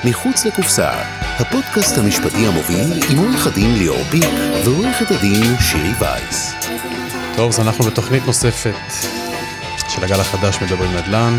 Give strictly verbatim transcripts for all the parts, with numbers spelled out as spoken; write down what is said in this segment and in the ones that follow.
מחוץ לקופסה, הפודקאסט המשפטי המוביל עם עורך הדין ליאור פיק ועורכת הדין שירי וייס. טוב, אז אנחנו בתוכנית נוספת של הגל החדש מדברים נדל"ן.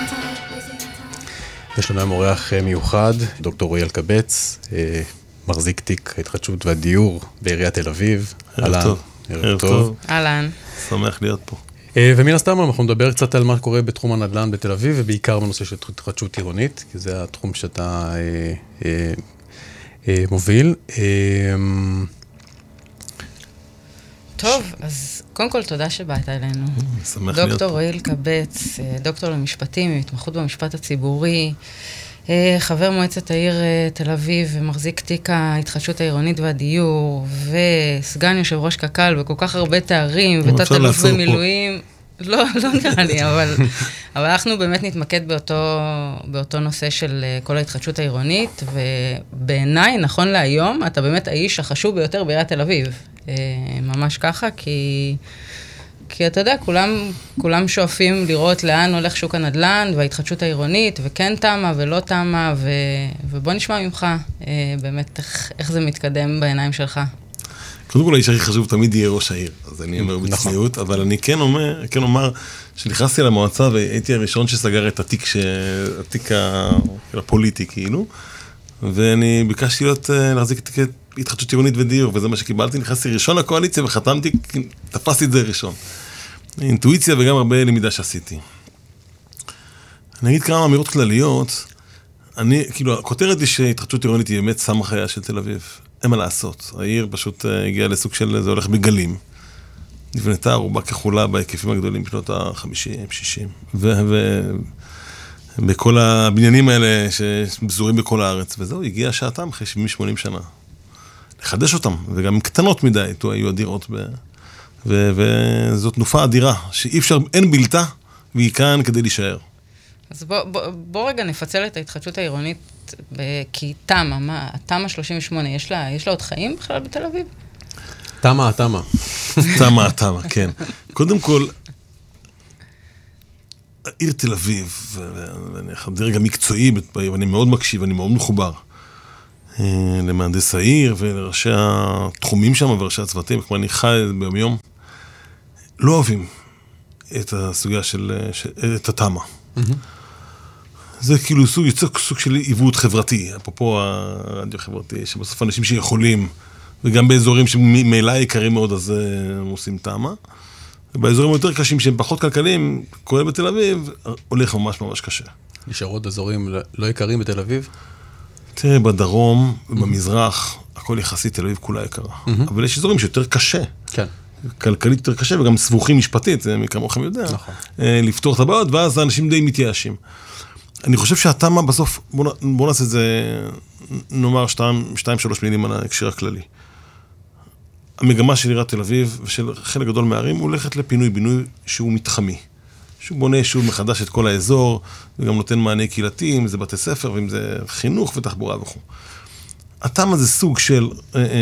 יש לנו היום אורח מיוחד, דוקטור רועי אלקבץ, מחזיק תיק ההתחדשות והדיור בעיריית תל אביב. ערב טוב. ערב טוב. אהלן. שמח להיות פה. ומן הסתם אנחנו נדבר קצת על מה קורה בתחום הנדל"ן בתל אביב, ובעיקר בנושא של התחדשות עירונית, כי זה התחום שאתה אה, אה, אה, מוביל. אה, טוב, אז קודם כל תודה שבאת אלינו. שמח להיות פה. דוקטור רועי אלקבץ, דוקטור למשפטים, התמחות במשפט הציבורי, חבר מועצת העיר תל אביב ומחזיק תיק ההתחדשות העירונית והדיור, וסגן יושב ראש קק"ל וכל כך הרבה תארים, ותת-אלוף במילואים. לא, לא נראה לי, אבל, אבל אנחנו באמת נתמקד באותו, באותו נושא של כל ההתחדשות העירונית, ובעיניי, נכון להיום, אתה באמת האיש החשוב ביותר בעיריית תל אביב. ממש ככה, כי... כי אתה יודע, כולם, כולם שואפים לראות לאן הולך שוק הנדל"ן וההתחדשות העירונית, וכן תמה ולא תמה, ו, ובוא נשמע ממך באמת איך, איך זה מתקדם בעיניים שלך. קודם כל, האיש הכי חשוב תמיד יהיה ראש העיר, אז אני אומר בצניעות, אבל אני כן אומר, כן אומר שנכנסתי למועצה והייתי הראשון שסגר את התיק, ש... התיק הפוליטי כאילו, ואני ביקשתי להיות, להחזיק תיק התחדשות עירונית ודיור, וזה מה שקיבלתי, נכנסתי ראשון לקואליציה וחתמתי, תפסתי את זה ראשון. אינטואיציה וגם הרבה למידה שעשיתי. אני אגיד כמה אמירות כלליות, אני, כאילו, הכותרת היא שהתחדשות עירונית היא באמת סם החיה של תל אביב. אין מה לעשות. העיר פשוט הגיעה לסוג של, זה הולך בגלים. נבנתה רובה כחולה בהיקפים הגדולים בשנות ה-חמישים, שישים. ו... ו... בכל הבניינים האלה שבזורים בכל הארץ, וזהו, הגיע שעתם אחרי שבעים שמונים שנה. לחדש אותם, וגם קטנות מדי, היו אדירות, ב... ו... וזו תנופה אדירה, שאי אפשר, אין בלתה, והיא כאן כדי להישאר. אז בוא, בוא, בוא רגע נפצל את ההתחדשות העירונית, כי תמה, מה, תמה שלושים ושמונה, יש לה, יש לה עוד חיים בכלל בתל אביב? תמה, תמה. תמה, תמה, כן. קודם כל, העיר תל אביב, ואני הדרג המקצועי, ואני מאוד מקשיב, אני מאוד מחובר, למהנדס העיר ולראשי התחומים שם וראשי הצוותים, כמו אני חי ביום יום, לא אוהבים את הסוגיה של, את התמה. זה כאילו סוג, יוצא סוג של עיוות חברתי, אפרופו הרדיו חברתי, שבסוף אנשים שיכולים, וגם באזורים שמילא יקרים מאוד, אז הם עושים תמה. ובאזורים יותר קשים שהם פחות כלכליים, קורה בתל אביב, הולך ממש ממש קשה. נשארו עוד אזורים לא יקרים בתל אביב? תראה, בדרום, במזרח, הכל יחסית, תל אביב כולה יקרה. אבל יש אזורים שיותר קשה. כן. כלכלית יותר קשה, וגם סבוכים משפטית, זה מכמוכם יודע. נכון. לפתור את הבעיות, ואז האנשים די מתייאשים. אני חושב שהתמה בסוף, בוא נעשה את זה, נאמר שתיים, שתיים, שלוש מילים על ההקשר הכללי. המגמה של עיריית תל אביב ושל חלק גדול מהערים הולכת לפינוי-בינוי שהוא מתחמי. שהוא בונה שוב מחדש את כל האזור, וגם נותן מענה קהילתי, אם זה בתי ספר, ואם זה חינוך ותחבורה וכו'. התמה זה סוג של אה, אה,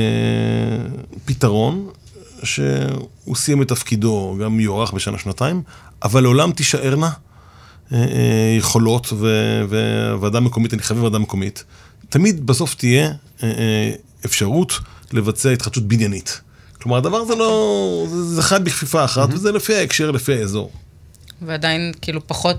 פתרון, שהוא סיים את תפקידו, גם יוארך בשנה שנתיים, אבל לעולם תישארנה אה, אה, יכולות, וועדה מקומית, אני חייב ועדה מקומית, תמיד בסוף תהיה אה, אה, אפשרות לבצע התחדשות בניינית. כלומר, הדבר זה לא, זה, זה חד בכפיפה אחת, mm-hmm. וזה לפי ההקשר, לפי האזור. ועדיין, כאילו, פחות,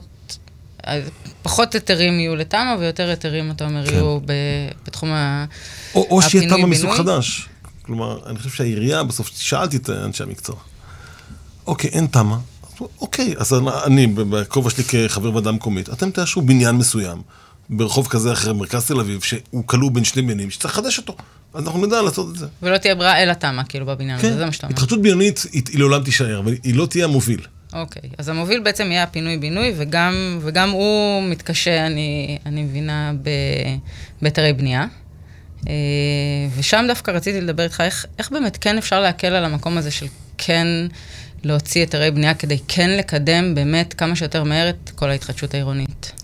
פחות היתרים יהיו לתמה, ויותר היתרים, אתה אומר, כן. יהיו ב, בתחום הפינוי בינוי. או, או שיהיה תמה מסוג חדש. כלומר, אני חושב שהעירייה, בסוף שאלתי את אנשי המקצוע. אוקיי, אין תמה. אוקיי, אז אני, בכובע שלי כחבר ועדה מקומית, אתם תאשרו בניין מסוים, ברחוב כזה אחר, מרכז תל אביב, שהוא כלוא בין שני בניינים, שצריך לחדש אותו. אז אנחנו נדע לעשות את זה. ולא תהיה ברירה אלא תמה, כאילו, בבניין הזה, זה מה שאתה אומר. התחדשות ביונית היא לעולם תישאר, אבל היא לא תהיה המוביל. אוקיי, אז המוביל בעצם יהיה הפינוי-בינוי, וגם, וגם הוא מתקשה, אני, אני מבינה, בהיתרי בנייה. ושם דווקא רציתי לדבר איתך, איך, איך באמת כן אפשר להקל על המקום הזה של כן להוציא היתרי בנייה, כדי כן לקדם באמת כמה שיותר מהר את כל ההתחדשות העירונית.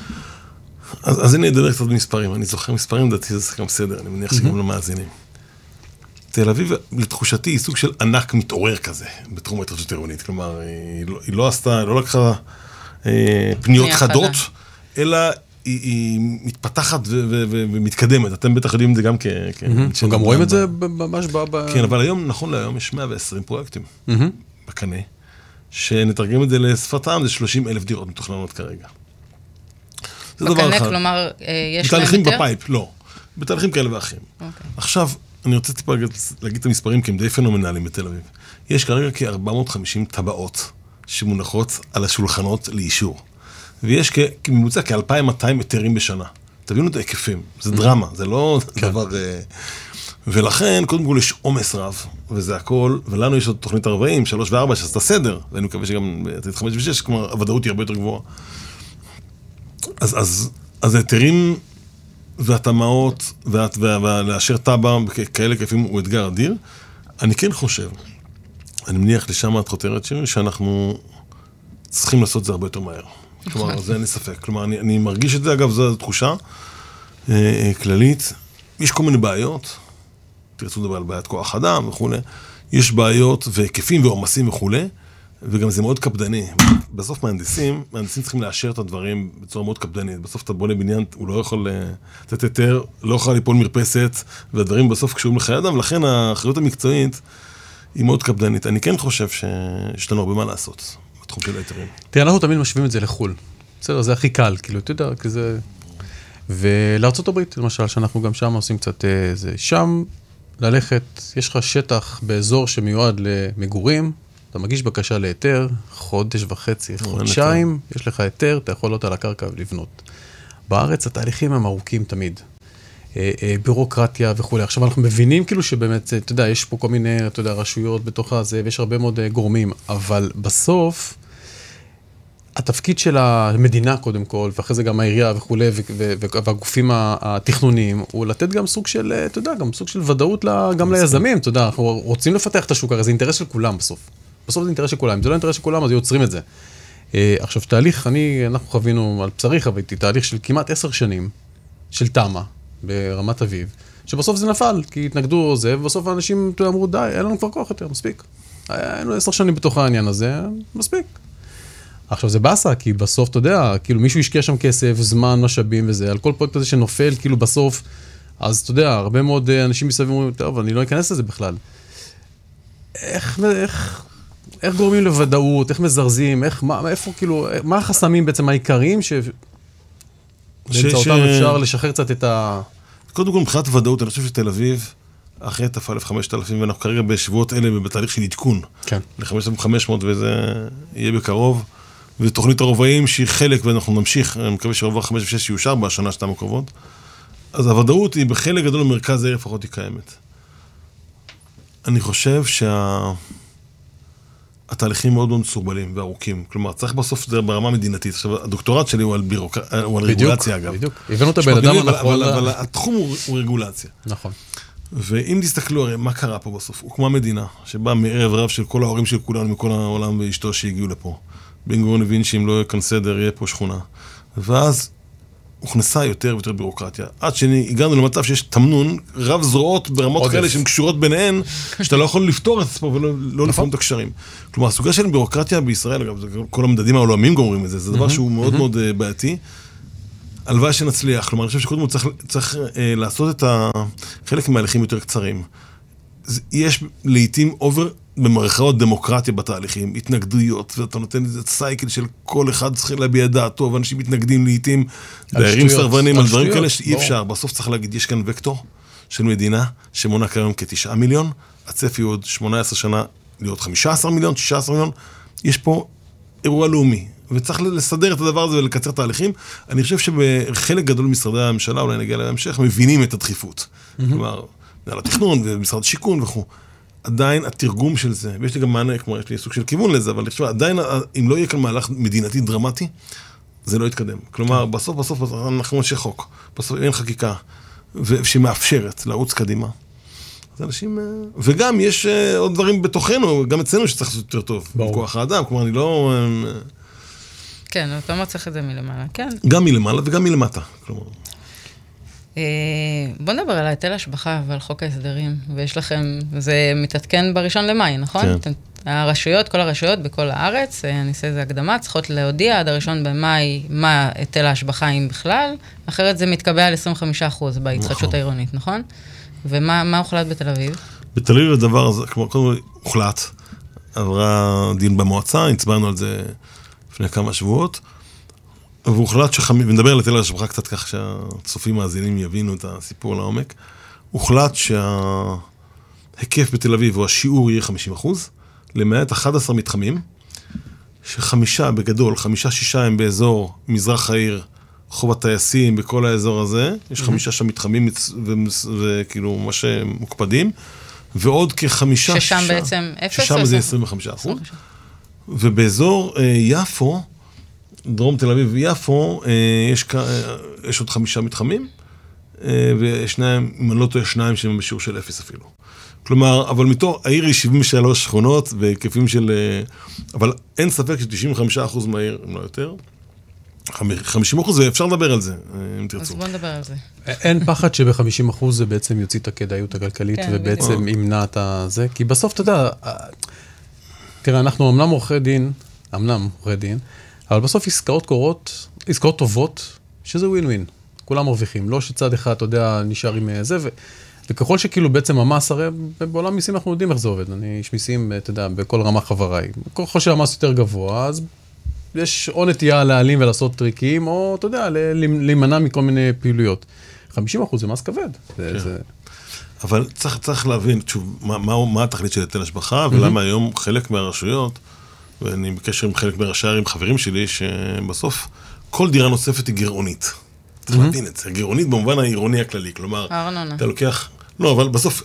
אז, אז אני אדבר קצת במספרים, אני זוכר מספרים, דעתי זה גם בסדר, אני מניח שגם לא מאזינים. תל אביב, לתחושתי, היא סוג של ענק מתעורר כזה, בתחום ההתחדשות העירונית, כלומר, היא לא, היא לא עשתה, לא לקחה אה, פניות חדות, אלא היא, היא מתפתחת ו- ו- ו- ומתקדמת. אתם בטח יודעים את זה גם כ... אנחנו גם רואים את זה ממש ב... כן, אבל היום, נכון להיום, יש מאה ועשרים פרויקטים בקנה, שנתרגם את זה לשפתם, זה שלושים אלף דירות מתוכננות כרגע. בקנה, כלומר, יש להם בתהליכים בפייפ, לא. בתהליכים כאלה ואחרים. עכשיו, אני רוצה טיפה להגיד את המספרים, כי הם די פנומנליים בתל אביב. יש כרגע כ-ארבע מאות וחמישים טבעות שמונחות על השולחנות לאישור. ויש כממוצע כ-אלפיים ומאתיים היתרים בשנה. תבינו את ההיקפים, זה דרמה, זה לא דבר... ולכן, קודם כל יש עומס רב, וזה הכל, ולנו יש עוד תוכנית ארבעים, שלוש וארבע, שעשתה סדר, ואני מקווה שגם תתחיל חמש ושש, כלומר, הוודאות היא הרבה יותר גבוהה. אז, אז, אז היתרים והתאמאות, ולאשר טאבה כאלה כיפים הוא אתגר אדיר. אני כן חושב, אני מניח לשם את חותרת שלי, שאנחנו צריכים לעשות את זה הרבה יותר מהר. כלומר, זה אין לי ספק. כלומר, אני, אני מרגיש את זה, אגב, זו תחושה אה, כללית. יש כל מיני בעיות, תרצו לדבר על בעיית כוח אדם וכו'. יש בעיות והיקפים ועומסים וכו'. וגם זה מאוד קפדני. בסוף מהנדסים, מהנדסים צריכים לאשר את הדברים בצורה מאוד קפדנית. בסוף אתה בונה בניין, הוא לא יכול לתת היתר, לא יכול ליפול מרפסת, והדברים בסוף קשורים לחיי אדם, לכן האחריות המקצועית היא מאוד קפדנית. אני כן חושב שיש לנו הרבה מה לעשות בתחום של היתרים. תראה, אנחנו תמיד משווים את זה לחול. בסדר, זה הכי קל, כאילו, אתה יודע, כי זה... ולארצות הברית, למשל, שאנחנו גם שם עושים קצת זה. שם ללכת, יש לך שטח באזור שמיועד למגורים, אתה מגיש בקשה להיתר, חודש וחצי, חודשיים, יש לך היתר, אתה יכול להיות על הקרקע ולבנות. בארץ התהליכים הם ארוכים תמיד. בירוקרטיה וכו'. עכשיו אנחנו מבינים כאילו שבאמת, אתה יודע, יש פה כל מיני, אתה יודע, רשויות בתוך הזה, ויש הרבה מאוד גורמים, אבל בסוף, התפקיד של המדינה קודם כל, ואחרי זה גם העירייה וכו', והגופים התכנוניים, הוא לתת גם סוג של, אתה יודע, גם סוג של ודאות גם ליזמים, אתה יודע, אנחנו רוצים לפתח את השוק, הרי זה אינטרס של כולם בסוף. בסוף זה אינטרס של כולם. אם זה לא אינטרס של כולם, אז יוצרים את זה. עכשיו, תהליך, אני, אנחנו חווינו על בשרי, חוויתי תהליך של כמעט עשר שנים, של תמה, ברמת אביב, שבסוף זה נפל, כי התנגדו זה, ובסוף האנשים אמרו, די, אין לנו כבר כוח יותר, מספיק. היינו עשר שנים בתוך העניין הזה, מספיק. עכשיו, זה בסה, כי בסוף, אתה יודע, כאילו מישהו השקיע שם כסף, זמן, משאבים וזה, על כל פרויקט הזה שנופל, כאילו בסוף, אז אתה יודע, הרבה מאוד אנשים מסביב אומרים, טוב, אני לא אכנס לזה בכלל. איך, איך, איך גורמים לוודאות, איך מזרזים, איך, מה, איפה, כאילו, מה החסמים בעצם העיקריים ש... באמצעותם אפשר לשחרר קצת את ה... קודם כל, מבחינת ודאות, אני חושב שתל אביב, אחרי תף אלף חמשת אלפים, ואנחנו כרגע בשבועות אלה בתהליך של עדכון. כן. ל-חמשת אלפים וחמש מאות, וזה יהיה בקרוב. ותוכנית הרובעים שהיא חלק, ואנחנו נמשיך, אני מקווה שרובע חמש ושש יאושר בשנה שתיים הקרובות. אז הוודאות היא בחלק גדול במרכז העיר לפחות היא קיימת. אני חושב שהתהליכים מאוד מאוד מסורבלים וארוכים. כלומר, צריך בסוף זה ברמה מדינתית. עכשיו, הדוקטורט שלי הוא על, בירוק... הוא על רגולציה, אגב. בדיוק, הבאנו את הבן אדם הנכון. אבל, אבל התחום הוא, הוא רגולציה. נכון. ואם תסתכלו, הרי מה קרה פה בסוף? הוקמה מדינה, שבאה מערב רב של כל ההורים של כולנו, מכל העולם ואשתו שהגיעו לפה. בן גוריון הבין שאם לא יהיה כאן סדר, יהיה פה שכונה. ואז הוכנסה יותר ויותר בירוקרטיה. עד שהגענו למצב שיש תמנון רב זרועות ברמות כאלה שהן קשורות ביניהן, שאתה לא יכול לפתור את זה פה ולא לפעום את הקשרים. כלומר, הסוגיה של בירוקרטיה בישראל, אגב, כל המדדים העולמיים גומרים את זה, זה דבר שהוא מאוד מאוד בעייתי. הלוואי שנצליח. כלומר, אני חושב שקודם צריך, צריך לעשות את חלק מההליכים יותר קצרים. יש לעתים אובר במרכאות דמוקרטיה בתהליכים, התנגדויות, ואתה נותן איזה סייקל של כל אחד צריך להביע דעתו, ואנשים מתנגדים לעתים, דיירים סרבנים, על דברים כאלה שאי אפשר. בסוף צריך להגיד, יש כאן וקטור של מדינה, שמונה כיום כתשעה מיליון, הצפי עוד שמונה עשרה שנה להיות חמישה עשר מיליון, שישה עשר מיליון, יש פה אירוע לאומי, וצריך לסדר את הדבר הזה ולקצר תהליכים. אני חושב שבחלק גדול משרדי הממשלה, אולי נגיע להמשך, מבינים את הדחיפות. כלומר, על התכנון ומשרד השיכון וכו'. עדיין התרגום של זה, ויש לי גם מענה, כמו יש לי סוג של כיוון לזה, אבל חושב, עדיין, אם לא יהיה כאן מהלך מדינתי דרמטי, זה לא יתקדם. כלומר, בסוף, בסוף, אנחנו אנשי חוק. בסוף אין חקיקה, שמאפשרת לערוץ קדימה. אז אנשים... וגם יש עוד דברים בתוכנו, גם אצלנו שצריך לעשות יותר טוב. בכוח האדם, כלומר, אני לא... כן, אתה לא צריך את זה מלמעלה, כן. גם מלמעלה וגם מלמטה, כלומר. בוא נדבר על היטל השבחה ועל חוק ההסדרים, ויש לכם, זה מתעדכן בראשון למאי, נכון? כן. אתם הרשויות, כל הרשויות בכל הארץ, אני אעשה איזה הקדמה, צריכות להודיע עד הראשון במאי מה היטל ההשבחה אם בכלל, אחרת זה מתקבע על עשרים וחמישה אחוז בהתחדשות העירונית, נכון? ומה הוחלט בתל אביב? בתל אביב הדבר הזה, כמו קודם הוחלט, עברה דין במועצה, הצבענו על זה לפני כמה שבועות, והוחלט שחמישים, ונדבר על היטל ההשבחה קצת כך שהצופים מאזינים יבינו את הסיפור לעומק, הוחלט שההיקף בתל אביב או השיעור יהיה חמישים אחוז, למעט אחד עשר מתחמים, שחמישה בגדול, חמישה שישה הם באזור מזרח העיר, חוב הטייסים, בכל האזור הזה, יש חמישה שם מתחמים וכאילו מה שמוקפדים, ועוד כחמישה... ששם בעצם אפס? ששם זה עשרים וחמישה אחוז. ובאזור יפו, דרום תל אביב ויפו, יש, יש עוד חמישה מתחמים, ושניים, אם אני לא טועה, שניים שהם בשיעור של אפס אפילו. כלומר, אבל מתוך, העיר היא שבעים ושלוש שכונות, בהיקפים של... אבל אין ספק ש-תשעים וחמישה אחוז מהעיר, אם לא יותר, חמישים אחוז, ואפשר לדבר על זה, אם תרצו. אז בוא נדבר על זה. אין פחד שב-חמישים אחוז זה בעצם יוציא את הכדאיות הכלכלית, ובעצם ימנע את זה, כי בסוף, אתה יודע, תראה, אנחנו אמנם עורכי דין, אמנם עורכי דין, אבל בסוף עסקאות קורות, עסקאות טובות, שזה ווין ווין. כולם מרוויחים, לא שצד אחד, אתה יודע, נשאר עם זה, ו... וככל שכאילו בעצם המס, הרי בעולם מיסים אנחנו יודעים איך זה עובד, אני יש מיסים, אתה יודע, בכל רמה חבריי. ככל שהמס יותר גבוה, אז יש או נטייה להעלים ולעשות טריקים, או, אתה יודע, להימנע מכל מיני פעילויות. חמישים אחוז זה מס כבד. זה, זה... אבל צריך, צריך להבין, שוב, מה, מה, מה התכלית של היטל השבחה, ולמה היום חלק מהרשויות, ואני בקשר עם חלק מראשי הערים, חברים שלי, שבסוף כל דירה נוספת היא גירעונית. צריך להבין את זה, גירעונית במובן העירוני הכללי, כלומר, אתה לוקח, לא, אבל בסוף,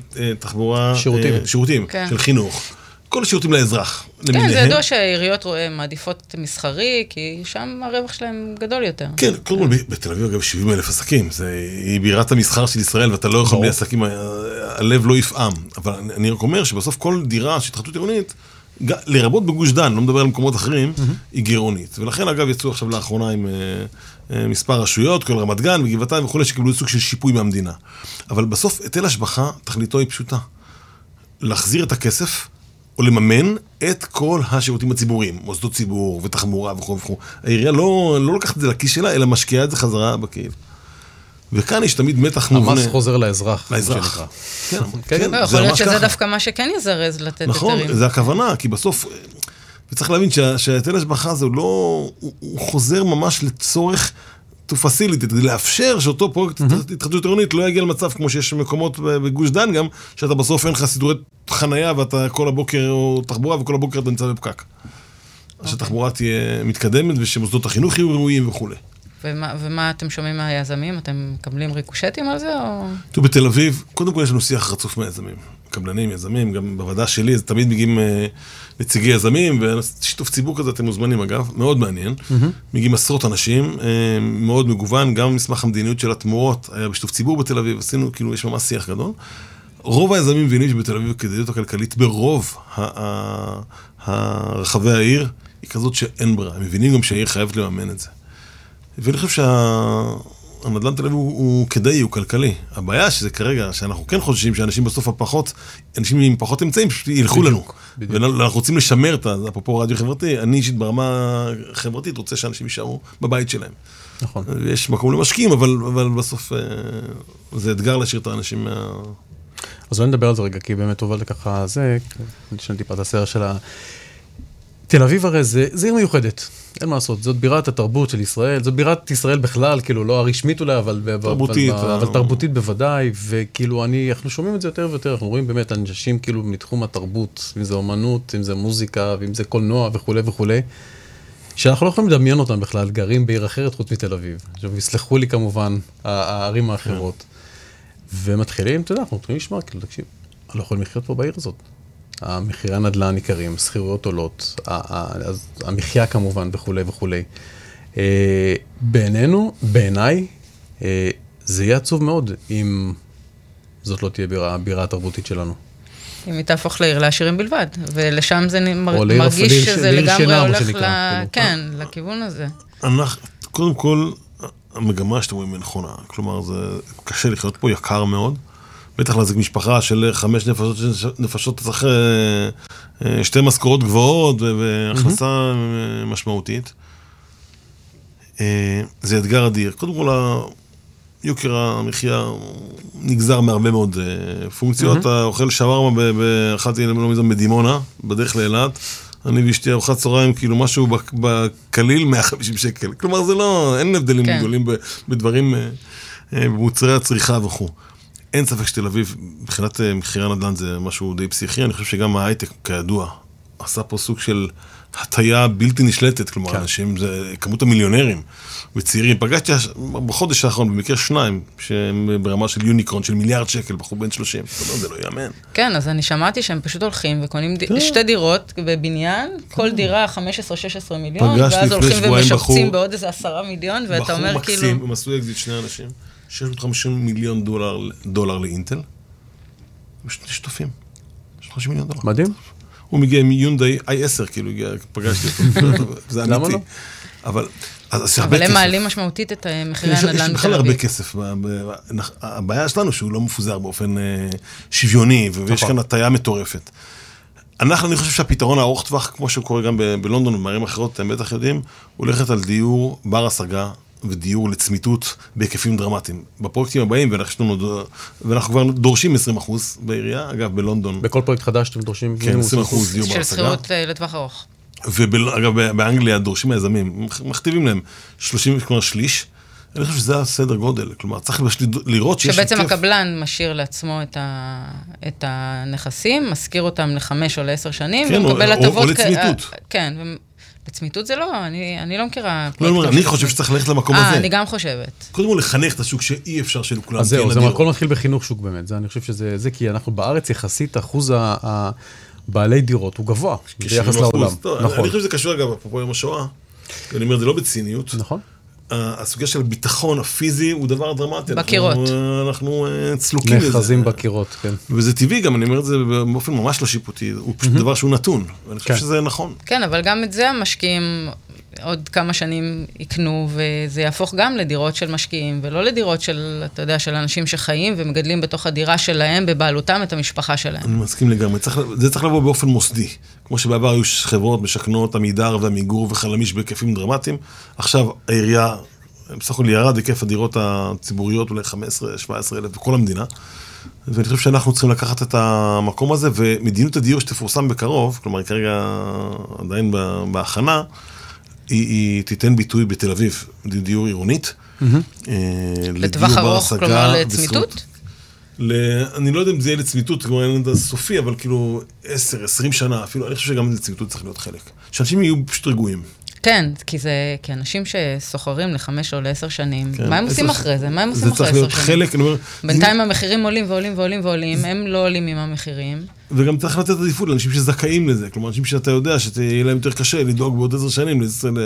תחבורה, שירותים, של חינוך, כל השירותים לאזרח. כן, זה ידוע שהעיריות מעדיפות מסחרי, כי שם הרווח שלהם גדול יותר. כן, קודם כל, בתל אביב, אגב, שבעים אלף עסקים, היא בירת המסחר של ישראל, ואתה לא יכול בלי עסקים, הלב לא יפעם. אבל אני רק אומר שבסוף כל דירה של התחדשות עירונית, לרבות בגוש דן, לא מדבר על מקומות אחרים, היא גירעונית. ולכן, אגב, יצאו עכשיו לאחרונה עם מספר רשויות, כל רמת גן וגבעתיים וכו', שקיבלו סוג של שיפוי מהמדינה. אבל בסוף, היטל השבחה, תכליתו היא פשוטה. להחזיר את הכסף, או לממן את כל השירותים הציבוריים, מוסדות ציבור ותחבורה וכו' וכו'. העירייה לא, לא לקחת את זה לכיס שלה, אלא משקיעה את זה חזרה בקהיל. וכאן יש תמיד מתח מובנה. המס חוזר לאזרח. לאזרח. כן, כן. יכול להיות שזה דווקא מה שכן יזרז לתת היתרים. נכון, זה הכוונה, כי בסוף, וצריך להבין שהיטל השבחה הזה לא, הוא חוזר ממש לצורך to facilitate, לאפשר שאותו פרויקט התחדשות עירונית לא יגיע למצב כמו שיש מקומות בגוש דן גם, שאתה בסוף אין לך סידורי חנייה ואתה כל הבוקר, או תחבורה וכל הבוקר אתה נמצא בפקק. שהתחבורה תהיה מתקדמת ושמוסדות החינוך יהיו ראויים וכו'. ומה, ומה אתם שומעים מהיזמים? אתם מקבלים ריקושטים על זה או... טוב, בתל אביב, קודם כל יש לנו שיח רצוף מהיזמים. קבלנים, יזמים, גם בוועדה שלי, זה תמיד מגיעים אה, נציגי יזמים, ושיתוף ציבור כזה, אתם מוזמנים אגב, מאוד מעניין. Mm-hmm. מגיעים עשרות אנשים, אה, מאוד מגוון, גם מסמך המדיניות של התמורות, היה בשיתוף ציבור בתל אביב, עשינו, כאילו, יש ממש שיח גדול. רוב היזמים מבינים שבתל אביב הכדאיות הכלכלית ברוב הרחבי העיר, היא כזאת שאין ברירה. הם מבינים גם שהעיר חייבת לממן את זה. ואני חושב שהנדל"ן תל אביב הוא, הוא כדאי, הוא כלכלי. הבעיה שזה כרגע, שאנחנו כן חוששים שאנשים בסוף הפחות, אנשים עם פחות אמצעים, פשוט ילכו לנו. ואנחנו רוצים לשמר את זה, אפרופו רדיו חברתי, אני אישית ברמה חברתית רוצה שאנשים יישארו בבית שלהם. נכון. ויש מקום למשקיעים, אבל, אבל בסוף זה אתגר להשאיר את האנשים מה... אז לא נדבר על זה רגע, כי באמת הובלת ככה זה, נשאל טיפה את הסער של ה... תל אביב הרי זה, זה עיר מיוחדת, אין מה לעשות, זאת בירת התרבות של ישראל, זאת בירת ישראל בכלל, כאילו לא הרשמית אולי, אבל תרבותית, אבל, אבל תרבותית בוודאי, וכאילו אני, אנחנו שומעים את זה יותר ויותר, אנחנו רואים באמת אנשים כאילו מתחום התרבות, אם זה אומנות, אם זה מוזיקה, ואם זה קולנוע וכו' וכו', שאנחנו לא יכולים לדמיין אותם בכלל, גרים בעיר אחרת חוץ מתל אביב. עכשיו, יסלחו לי כמובן, הערים האחרות. ומתחילים, אתה יודע, אנחנו מתחילים לשמוע, כאילו, תקשיב, אני לא יכול לחיות פה בעיר הזאת. המחירי הנדל"ן ניכרים, שכירויות עולות, המחיה כמובן וכו' וכו'. בעינינו, בעיניי, זה יהיה עצוב מאוד אם זאת לא תהיה הבירה התרבותית שלנו. אם היא תהפוך לעיר לעשירים בלבד, ולשם זה מרגיש שזה לגמרי הולך לכיוון הזה. קודם כל, המגמה שאתם רואים היא נכונה, כלומר, זה קשה לחיות פה, יקר מאוד, בטח להזיק משפחה של חמש נפשות, נפשות צריך שתי משכורות גבוהות והכנסה משמעותית. זה אתגר אדיר. קודם כל, יוקר המחיה נגזר מהרבה מאוד פונקציות. אתה אוכל שווארמה באחת ילדים בדימונה, בדרך לאילת. אני ואשתי ארוחת צהריים, כאילו משהו בקליל מאה וחמישים שקל. כלומר, זה לא, אין הבדלים גדולים בדברים, במוצרי הצריכה וכו'. אין ספק שתל אביב, מבחינת מחירי הנדל"ן זה משהו די פסיכי. אני חושב שגם ההייטק, כידוע, עשה פה סוג של הטיה בלתי נשלטת. כלומר, אנשים, זה כמות המיליונרים וצעירים. פגשתי בחודש האחרון, במקרה שניים, שהם ברמה של יוניקרון, של מיליארד שקל, בחור בן שלושים. זה לא יאמן. כן, אז אני שמעתי שהם פשוט הולכים וקונים שתי דירות בבניין, כל דירה חמש עשרה שש עשרה מיליון, ואז הולכים ומשפצים בעוד איזה עשרה מיליון, ואתה אומר כאילו... בחור מקסים, הם עשו אקזיט שני אנשים, שש מאות וחמישים מיליון דולר לאינטל, ושני שותפים, שלושים מיליון דולר. מדהים. הוא מגיע עם יונדאי איי עשר, כאילו, פגשתי אותו, זה אמיתי. למה לא? אבל... אבל הם מעלים משמעותית את מחירי הנדל"ן בתל אביב. יש בכלל הרבה כסף. הבעיה שלנו שהוא לא מפוזר באופן שוויוני, ויש כאן הטיה מטורפת. אנחנו, אני חושב שהפתרון הארוך טווח, כמו שקורה גם בלונדון ובערים אחרות, אתם בטח יודעים, הולכת על דיור בר השגה ודיור לצמיתות בהיקפים דרמטיים. בפרויקטים הבאים, ואנחנו כבר דורשים עשרים אחוז בעירייה, אגב, בלונדון. בכל פרויקט חדש אתם דורשים עשרים אחוז דיור בר השגה. של שכירות לטווח ארוך. ואגב, באנגליה דורשים היזמים, מכתיבים להם שלושים, כלומר שליש, אני חושב שזה הסדר גודל, כלומר, צריך לראות שיש... שבעצם הקבלן משאיר לעצמו את הנכסים, מזכיר אותם לחמש או לעשר שנים, ומקבל הטבות... או לצמיתות. כן, לצמיתות זה לא, אני לא מכירה... לא, אני חושב שצריך ללכת למקום הזה. אה, אני גם חושבת. קודם כל לחנך את השוק שאי אפשר של כולם. אז זהו, זה הכל מתחיל בחינוך שוק באמת, אני חושב שזה כי אנחנו בארץ יחסית אחוז ה... בעלי דירות, הוא גבוה, ביחס לעולם. נכון. אני חושב שזה קשור אגב, אפרופו יום השואה, אני אומר, זה לא בציניות. נכון. הסוגיה של ביטחון הפיזי הוא דבר דרמטי. בקירות. אנחנו צלוקים לזה. נחזים בקירות, כן. וזה טבעי גם, אני אומר את זה באופן ממש לא שיפוטי, הוא פשוט דבר שהוא נתון, ואני חושב שזה נכון. כן, אבל גם את זה המשקיעים עוד כמה שנים יקנו, וזה יהפוך גם לדירות של משקיעים, ולא לדירות של, אתה יודע, של אנשים שחיים ומגדלים בתוך הדירה שלהם, בבעלותם את המשפחה שלהם. אני מסכים לגמרי, זה צריך לבוא באופן מוסדי. כמו שבעבר היו חברות משכנות, עמידר והמיגור וחלמיש בהיקפים דרמטיים, עכשיו העירייה, בסך הכל ירד היקף הדירות הציבוריות אולי חמש עשרה שבע עשרה אלף בכל המדינה, ואני חושב שאנחנו צריכים לקחת את המקום הזה, ומדיניות הדיור שתפורסם בקרוב, כלומר כרגע עדיין בהכנה, היא, היא תיתן ביטוי בתל אביב, דיור עירונית. לטווח ארוך, כלומר לצמיתות? אני לא יודע אם זה יהיה לצמיתות, כמו אין את הסופי, אבל כאילו עשר, עשרים שנה, אפילו, אני חושב שגם לצמיתות צריך להיות חלק. שאנשים יהיו פשוט רגועים. כן, כי זה, כי אנשים שסוחרים לחמש או לעשר שנים, מה הם עושים אחרי זה? מה הם עושים אחרי עשר שנים? בינתיים המחירים עולים ועולים ועולים ועולים, הם לא עולים עם המחירים. וגם צריך לתת עדיפות לאנשים שזכאים לזה, כלומר, אנשים שאתה יודע שתהיה להם יותר קשה לדאוג בעוד עשר שנים,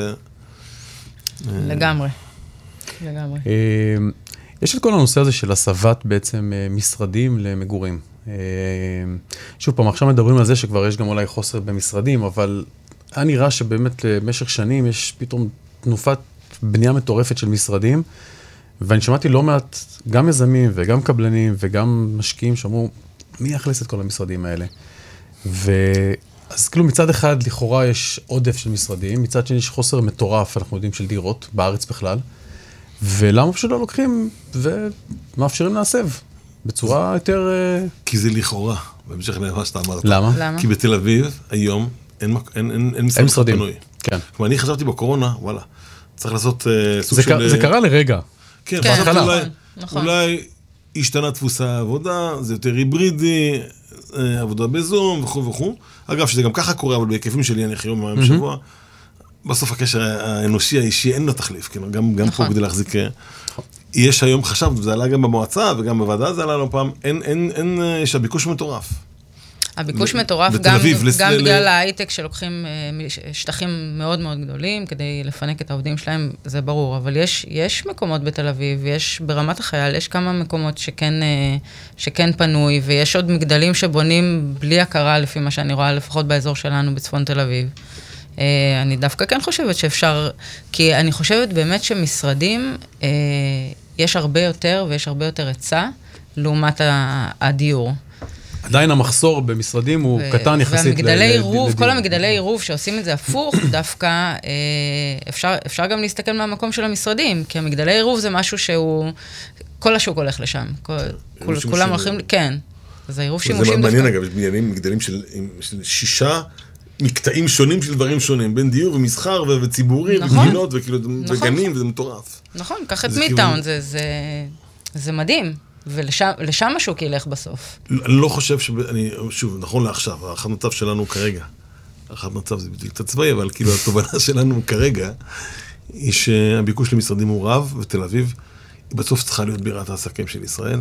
לגמרי. לגמרי. יש את כל הנושא הזה של הסבת בעצם משרדים למגורים. שוב פעם, עכשיו מדברים על זה שכבר יש גם אולי חוסר במשרדים, אבל היה נראה שבאמת למשך שנים יש פתאום תנופת בנייה מטורפת של משרדים, ואני שמעתי לא מעט גם יזמים וגם קבלנים וגם משקיעים שאמרו, מי יאכלס את כל המשרדים האלה? ואז כאילו מצד אחד לכאורה יש עודף של משרדים, מצד שני יש חוסר מטורף, אנחנו יודעים, של דירות בארץ בכלל, ולמה פשוט לא לוקחים ומאפשרים להסב בצורה יותר... כי זה לכאורה, בהמשך למה שאתה אמרת. למה? למה? כי בתל אביב היום אין, אין, אין, אין משרד משרדים. פנוי. כן. כלומר, אני חשבתי בקורונה, וואלה, צריך לעשות uh, סוג זה של... קר, זה קרה לרגע. כן, כן, נכון, אולי, נכון. אולי השתנה דפוס העבודה, זה יותר היברידי, עבודה בזום וכו' וכו'. אגב, שזה גם ככה קורה, אבל בהיקפים שלי אני חיום מהיום שבוע, בסוף הקשר האנושי האישי אין לו תחליף, כן? גם, גם נכון. פה כדי להחזיק... יש היום חשב, וזה עלה גם במועצה וגם בוועדה, זה עלה לא פעם, אין, אין, אין, יש הביקוש מטורף. הביקוש מטורף גם, אביב, גם ל... בגלל ההייטק שלוקחים שטחים מאוד מאוד גדולים כדי לפנק את העובדים שלהם, זה ברור, אבל יש, יש מקומות בתל אביב, יש ברמת החייל, יש כמה מקומות שכן, שכן פנוי, ויש עוד מגדלים שבונים בלי הכרה לפי מה שאני רואה, לפחות באזור שלנו בצפון תל אביב. אני דווקא כן חושבת שאפשר, כי אני חושבת באמת שמשרדים, יש הרבה יותר ויש הרבה יותר היצע, לעומת הדיור. עדיין המחסור במשרדים הוא קטן יחסית. והמגדלי עירוב, כל המגדלי עירוב שעושים את זה הפוך, דווקא אפשר, אפשר גם להסתכל מהמקום של המשרדים, כי המגדלי עירוב זה משהו שהוא, כל השוק הולך לשם. כולם הולכים, כן. אז העירוב שימושים דווקא. זה מעניין אגב, יש בניינים, מגדלים של שישה מקטעים שונים של דברים שונים, בין דיור ומסחר וציבורי וגינות וגנים, וזה מטורף. נכון, קח את מידטאון, זה מדהים. ולשם השוק ילך בסוף. אני לא חושב ש... אני, שוב, נכון לעכשיו, האחת מצב שלנו כרגע, האחת מצב זה בדיוק קצת צבאי, אבל כאילו התובנה שלנו כרגע, היא שהביקוש למשרדים הוא רב, ותל אביב, היא בסוף צריכה להיות בירת העסקים של ישראל.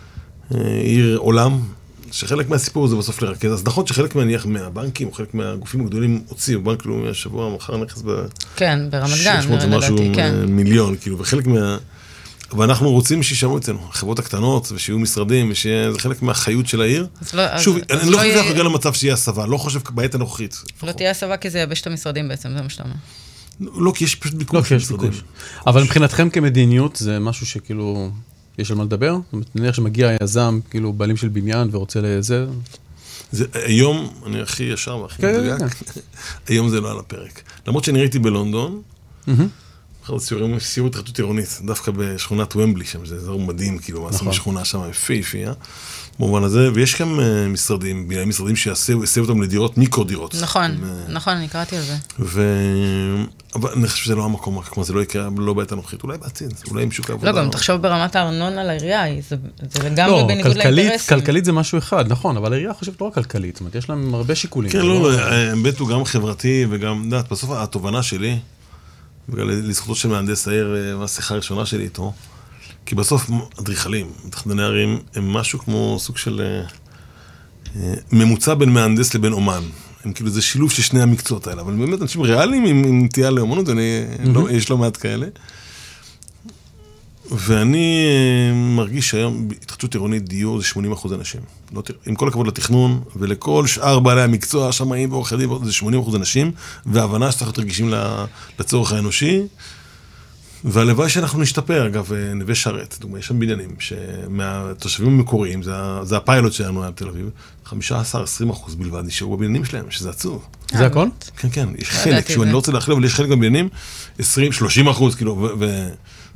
עיר עולם, שחלק מהסיפור זה בסוף לרכז. אז נכון שחלק מהניח מהבנקים, או חלק מהגופים הגדולים הוציאו, בנק לאומי השבוע, מחר נכנס ב... כן, ברמת גן, שש מאות ומשהו מיליון, כאילו, וחלק מה... ואנחנו רוצים שישמעו אצלנו, החברות הקטנות, ושיהיו משרדים, ושיהיה, זה חלק מהחיות של העיר. שוב, אני לא חושב שאנחנו נגיע למצב שיהיה הסבה, לא חושב בעת הנוכחית. לא תהיה הסבה כי זה יבש את המשרדים בעצם, זה מה שאתה אומר. לא, כי יש פשוט ביקוש למשרדים. אבל מבחינתכם כמדיניות, זה משהו שכאילו, יש על מה לדבר? זאת אומרת, נניח שמגיע יזם, כאילו, בעלים של בניין, ורוצה לזה... היום, אני הכי ישר והכי מדויק, היום זה לא על הפרק. למרות שאני ראיתי בלונדון, אחרי סיור התחדשות עירונית, דווקא בשכונת ומבלי, שם זה אזור מדהים, כאילו, מעשה משכונה שם יפהפייה, במובן הזה, ויש גם משרדים, משרדים שיעשו אותם לדירות, מיקרו-דירות. נכון, נכון, אני קראתי על זה. אבל אני חושב שזה לא המקום, כמו זה לא יקרה, לא בעת הנוכחית, אולי בעתיד, אולי עם שוק העבודה. לא, גם תחשוב ברמת הארנונה לעירייה, זה לגמרי בניגוד לאינטרסים. כלכלית זה משהו אחד, נכון, אבל העירייה חושבת לא רק כלכלית, זאת אומרת, יש להם הרבה שיקולים. כן, לא, בית הוא גם חברתי וגם, דעת, בסוף התובנה שלי, לזכותו של מהנדס העיר, מהשיחה הראשונה שלי איתו, כי בסוף אדריכלים, מתכנני ערים, הם משהו כמו סוג של ממוצע בין מהנדס לבין אומן. הם כאילו, זה שילוב של שני המקצועות האלה, אבל באמת אנשים ריאליים עם נטייה לאומנות, יש לא מעט כאלה. ואני מרגיש שהיום התחדשות עירונית דיור זה שמונים אחוז אנשים. עם כל הכבוד לתכנון, ולכל שאר בעלי המקצוע, שמאים ועורכי דין, זה שמונים אחוז אנשים, וההבנה שצריך להיות רגישים לצורך האנושי, והלוואי שאנחנו נשתפר. אגב, נווה שרת, דוגמה, יש שם בניינים, שמהתושבים המקוריים, זה הפיילוט שלנו היה בתל אביב, חמישה עשר עד עשרים אחוז בלבד נשארו בבניינים שלהם, שזה עצוב. זה הכל? כן, כן, יש חלק, שאני לא רוצה להכליל, אבל יש חלק בבניינים, עשרים שלושים אחוז, כאילו, ו...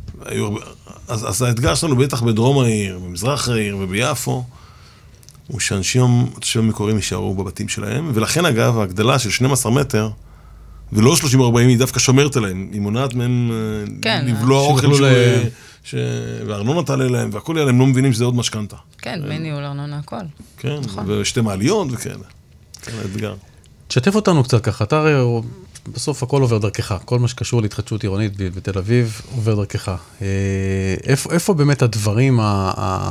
אז, אז האתגר שלנו בטח בדרום העיר, במזרח העיר וביפו, הוא שאנשים, התושבים המקוריים יישארו בבתים שלהם, ולכן אגב, ההגדלה של שנים עשר מטר, ולא שלושים ארבעים, היא דווקא שומרת עליהם, היא מונעת מהם כן, לבלוע אוכל ש... ש... והארנונה תעלה להם, והכל יעלה, הם לא מבינים שזה עוד משכנתה. כן, דמי ניהול ארנונה הכל. כן, נכון. ושתי מעליות וכאלה. כן, האתגר. תשתף אותנו קצת ככה, אתה הרי בסוף הכל עובר דרכך, כל מה שקשור להתחדשות עירונית בתל אביב עובר דרכך. איפה, איפה באמת הדברים, ה...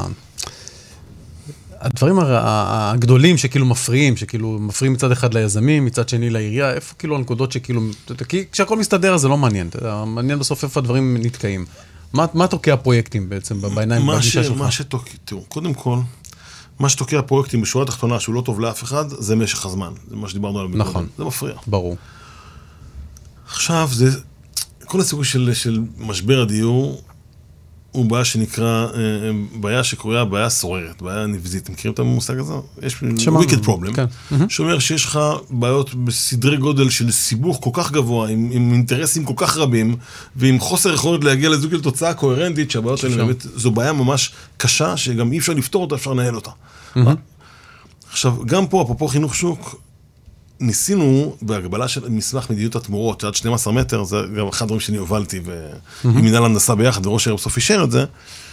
הדברים הגדולים שכאילו מפריעים, שכאילו מפריעים מצד אחד ליזמים, מצד שני לעירייה, איפה כאילו הנקודות שכאילו, כי כשהכל מסתדר זה לא מעניין, מעניין בסוף איפה הדברים נתקעים. מה, מה תוקע הפרויקטים בעצם בעיניים בגישה שלך? מה שתוקע, תראו, קודם כל, מה שתוקע הפרויקטים בשורה התחתונה שהוא לא טוב לאף אחד, זה משך הזמן, זה מה שדיברנו עליו. נכון. זה מפריע. ברור. עכשיו, זה, כל הסיפור של, של משבר הדיור, הוא בעיה שנקרא, בעיה שקוראה בעיה סוררת, בעיה נבזית. אתם מכירים את המושג הזה? יש wicked problem, כן. שאומר שיש לך בעיות בסדרי גודל של סיבוך כל כך גבוה, עם, עם אינטרסים כל כך רבים, ועם חוסר יכולת להגיע לזוג של תוצאה קוהרנטית, שהבעיות האלה באמת, זו בעיה ממש קשה, שגם אי אפשר לפתור אותה, אפשר לנהל אותה. עכשיו, גם פה, אפרופו חינוך שוק, ניסינו בהגבלה של מסמך מדיניות התמורות, שעד שנים עשר מטר, זה גם אחד הדברים שאני הובלתי, ועם מנהל הנדסה ביחד, וראש העיר בסוף אישר את זה,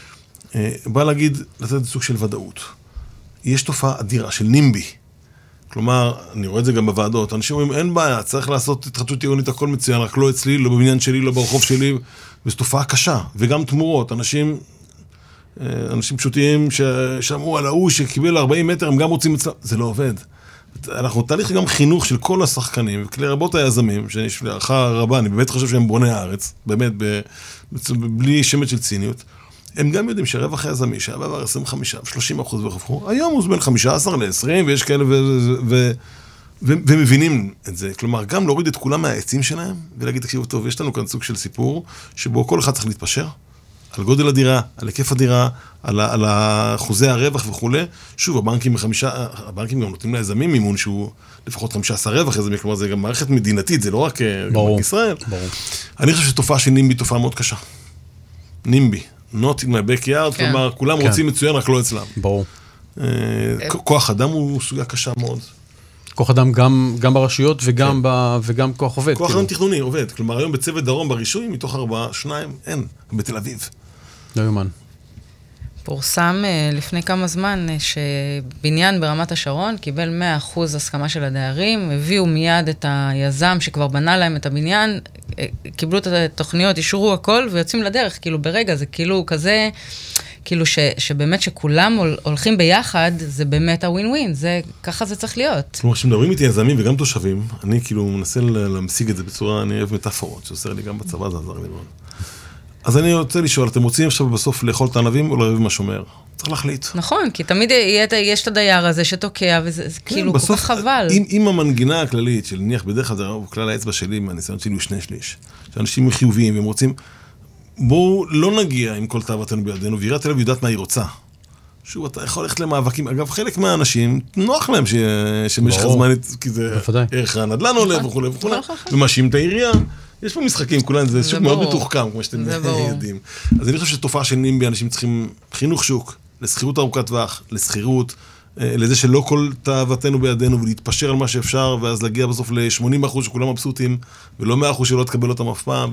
בא להגיד, לתת סוג של ודאות. יש תופעה אדירה של נימבי. כלומר, אני רואה את זה גם בוועדות, אנשים אומרים, אין בעיה, צריך לעשות התחדשות עירונית, הכל מצוין, רק לא אצלי, לא בבניין שלי, לא ברחוב שלי, וזו תופעה קשה, וגם תמורות, אנשים, אנשים פשוטים ששמעו על ההוא שקיבל ארבעים מטר, הם גם רוצים אצלם, זה לא עובד. אנחנו תהליך גם חינוך של כל השחקנים, וכלי רבות היזמים, שיש לי הערכה רבה, אני באמת חושב שהם בוני הארץ, באמת, ב, בלי שמץ של ציניות, הם גם יודעים שהרווח היזמי, שהיה בעבר עשרים וחמישה, שלושים אחוז וחפכו, היום הוא בין חמישה עשר ל-עשרים, ויש כאלה, ו, ו, ו, ו, ומבינים את זה. כלומר, גם להוריד את כולם מהעצים שלהם, ולהגיד, תקשיבו טוב, יש לנו כאן סוג של סיפור, שבו כל אחד צריך להתפשר, על גודל הדירה, על היקף הדירה, על, על אחוזי הרווח וכו'. שוב, הבנקים בחמישה, הבנקים גם נותנים ליזמים מימון שהוא לפחות חמישה עשר רווח, יזמי, כלומר זה גם מערכת מדינתית, זה לא רק בנק ישראל. ברור. אני חושב שתופעה של נימבי תופעה מאוד קשה. נימבי, not in my backyard, כן. כלומר, כולם כן. רוצים מצוין, רק לא אצלם. ברור. כוח אדם הוא סוגיה קשה מאוד. כוח אדם גם, גם ברשויות וגם, כן. ב, וגם כוח עובד. כוח כאילו. אדם תכנוני עובד. כלומר, היום בצוות דרום ברישוי, מתוך ארבעה, שניים, אין. בתל אביב. לא יומן. פורסם לפני כמה זמן שבניין ברמת השרון קיבל מאה אחוז הסכמה של הדיירים, הביאו מיד את היזם שכבר בנה להם את הבניין, קיבלו את התוכניות, אישרו הכל ויוצאים לדרך, כאילו ברגע, זה כאילו כזה, כאילו ש, שבאמת שכולם הולכים ביחד, זה באמת הווין ווין, זה, ככה זה צריך להיות. כלומר, כשמדברים איתי יזמים וגם תושבים, אני כאילו מנסה להמשיג את זה בצורה, אני אוהב מטאפורות, שעושה לי גם בצבא, זה עזר לי מאוד. אז אני רוצה לשאול, אתם רוצים עכשיו בסוף לאכול את הענבים או לריב עם השומר? צריך להחליט. נכון, כי תמיד יש את הדייר הזה שתוקע, וזה כאילו כל כך חבל. אם המנגינה הכללית של נניח בדרך כלל, זה כלל האצבע שלי, מהניסיון שלי הוא שני שליש, שאנשים חיוביים והם רוצים, בואו לא נגיע עם כל תאוותנו בידינו, ועיריית תל אביב יודעת מה היא רוצה. שוב, אתה יכול ללכת למאבקים. אגב, חלק מהאנשים, נוח להם שמשך הזמן, כי זה ערך הנדל"ן עולה וכו' וכו', ומאשים את העירייה. יש פה משחקים, כולן, זה שוק מאוד מתוחכם, כמו שאתם יודעים. אז אני חושב שתופעה של נימבי, אנשים צריכים חינוך שוק, לסחירות ארוכת טווח, לסחירות, לזה שלא כל תאוותנו בידינו, ולהתפשר על מה שאפשר, ואז להגיע בסוף ל-שמונים אחוז שכולם מבסוטים, ולא מאה אחוז שלא תקבל אותם אף פעם,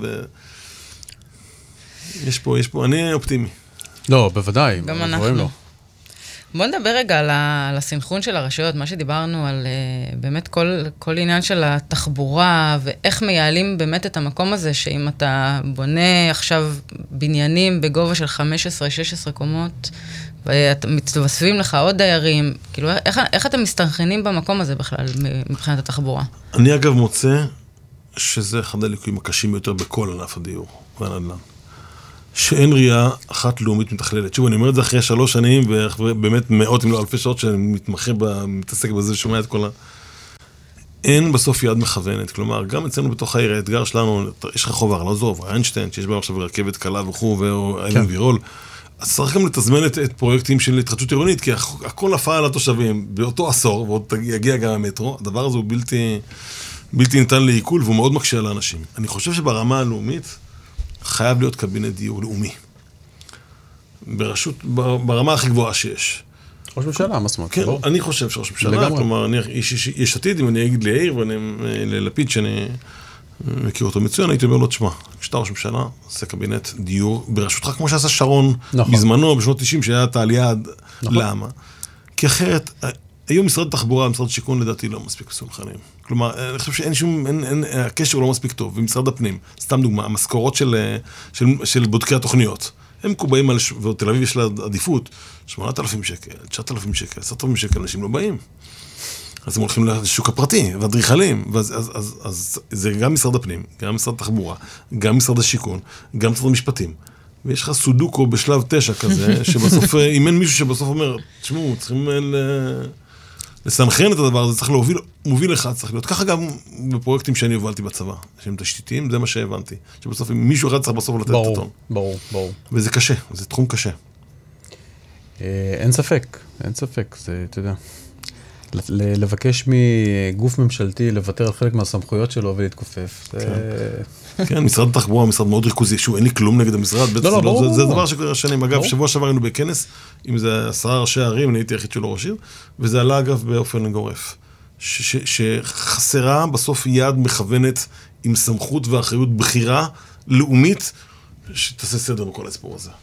יש פה, יש פה, אני אופטימי. לא, בוודאי. גם אנחנו. בוא נדבר רגע על, ה, על הסנכרון של הרשויות, מה שדיברנו על uh, באמת כל, כל עניין של התחבורה, ואיך מייעלים באמת את המקום הזה, שאם אתה בונה עכשיו בניינים בגובה של חמש עשרה שש עשרה קומות, ומצטווספים לך עוד דיירים, כאילו איך, איך אתם מסתנכרנים במקום הזה בכלל, מבחינת התחבורה? אני אגב מוצא שזה אחד הליקויים הקשים ביותר בכל ענף הדיור והנדל"ן. שאין ראייה אחת לאומית מתכללת. שוב, אני אומר את זה אחרי שלוש שנים, ובאמת מאות אם לא אלפי שעות שאני מתמחה, מתעסק בזה, שומע את כל ה... אין בסוף יד מכוונת. כלומר, גם אצלנו בתוך העיר, האתגר שלנו, יש לך חוב ארלוזוב, איינשטיין, שיש בה עכשיו רכבת קלה וכו', ואילן וירול. אז צריך גם לתזמן את, את פרויקטים של התחדשות עירונית, כי הכל נפל על התושבים באותו עשור, ועוד יגיע גם המטרו. הדבר הזה הוא בלתי, בלתי ניתן לעיכול, והוא מאוד מקשה על האנשים. אני חושב שברמה הלאומית, חייב להיות קבינט דיור לאומי. ברשות, ברמה הכי גבוהה שיש. ראש ממשלה, מה זאת אומרת? כן, אני חושב שראש ממשלה, כלומר, יש עתיד, אם אני אגיד ליאיר וללפיד, שאני מכיר אותו מצוין, הייתי אומר לו, תשמע, כשאתה ראש ממשלה, עושה קבינט דיור ברשותך, כמו שעשה שרון בזמנו, בשנות תשעים, שהיה את העלייה, למה? כי אחרת, היום משרד התחבורה, משרד השיכון, לדעתי, לא מספיק מסונכרנים. כלומר, אני חושב שאין שום, אין, אין, הקשר הוא לא מספיק טוב. ומשרד הפנים, סתם דוגמה, המשכורות של, של, של בודקי התוכניות, הם מקובעים על, ותל אביב יש לה עדיפות, שמונת אלפים שקל, תשעת אלפים שקל, עשרת אלפים שקל, אנשים לא באים. אז הם הולכים לשוק הפרטי, והדריכלים, ואז, אז, אז, אז, זה גם משרד הפנים, גם משרד התחבורה, גם משרד השיכון, גם משרד המשפטים. ויש לך סודוקו בשלב תשע כזה, שבסוף, אם אין מישהו שבסוף אומר, תשמעו, צריכים ל... לסנכרן את הדבר הזה, צריך להוביל, מוביל אחד, צריך להיות. ככה גם בפרויקטים שאני הובלתי בצבא, שהם תשתיתיים, זה מה שהבנתי. שבסוף, אם מישהו אחד צריך בסוף לתת את הטון. ברור, ברור, ברור. וזה קשה, זה תחום קשה. אין ספק, אין ספק, זה, אתה יודע. לבקש מגוף ממשלתי לוותר על חלק מהסמכויות שלו ולהתכופף. כן, משרד התחבורה, משרד מאוד ריכוזי, שהוא אין לי כלום נגד המשרד, זה דבר שקורה שנים. אגב, שבוע שעבר היינו בכנס, אם זה עשרה ראשי ערים, אני הייתי היחיד שלא ראש עיר, וזה עלה אגב באופן גורף. שחסרה בסוף יד מכוונת עם סמכות ואחריות בחירה לאומית, שתעשה סדר בכל הסיפור הזה.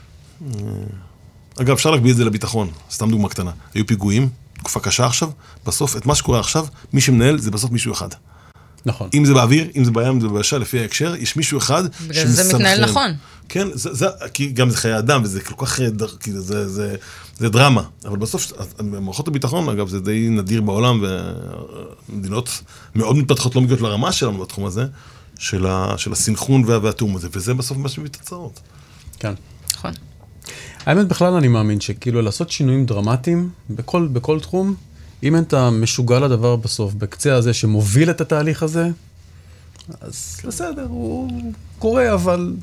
אגב, אפשר להקביל את זה לביטחון, סתם דוגמה קטנה. היו פיגועים, תקופה קשה עכשיו, בסוף, את מה שקורה עכשיו, מי שמנהל זה בסוף מישהו אחד. נכון. אם זה באוויר, אם זה בים, אם זה ביבשה, לפי ההקשר, יש מישהו אחד שמסנכרן. בגלל זה מתנהל נכון. כן, זה, זה, כי גם זה חיי אדם, וזה כל כך, כאילו, זה, זה, זה דרמה. אבל בסוף, מערכות הביטחון, אגב, זה די נדיר בעולם, ומדינות מאוד מתפתחות לא מגיעות לרמה שלנו בתחום הזה, של, ה, של הסנכרון וה, והתאום הזה, וזה בסוף מה שמביא תוצאות. כן. נכון. האמת בכלל אני מאמין שכאילו לעשות שינויים דרמטיים בכל, בכל תחום, אם אתה משוגע לדבר בסוף, בקצה הזה שמוביל את התהליך הזה, אז בסדר, הוא קורה, אבל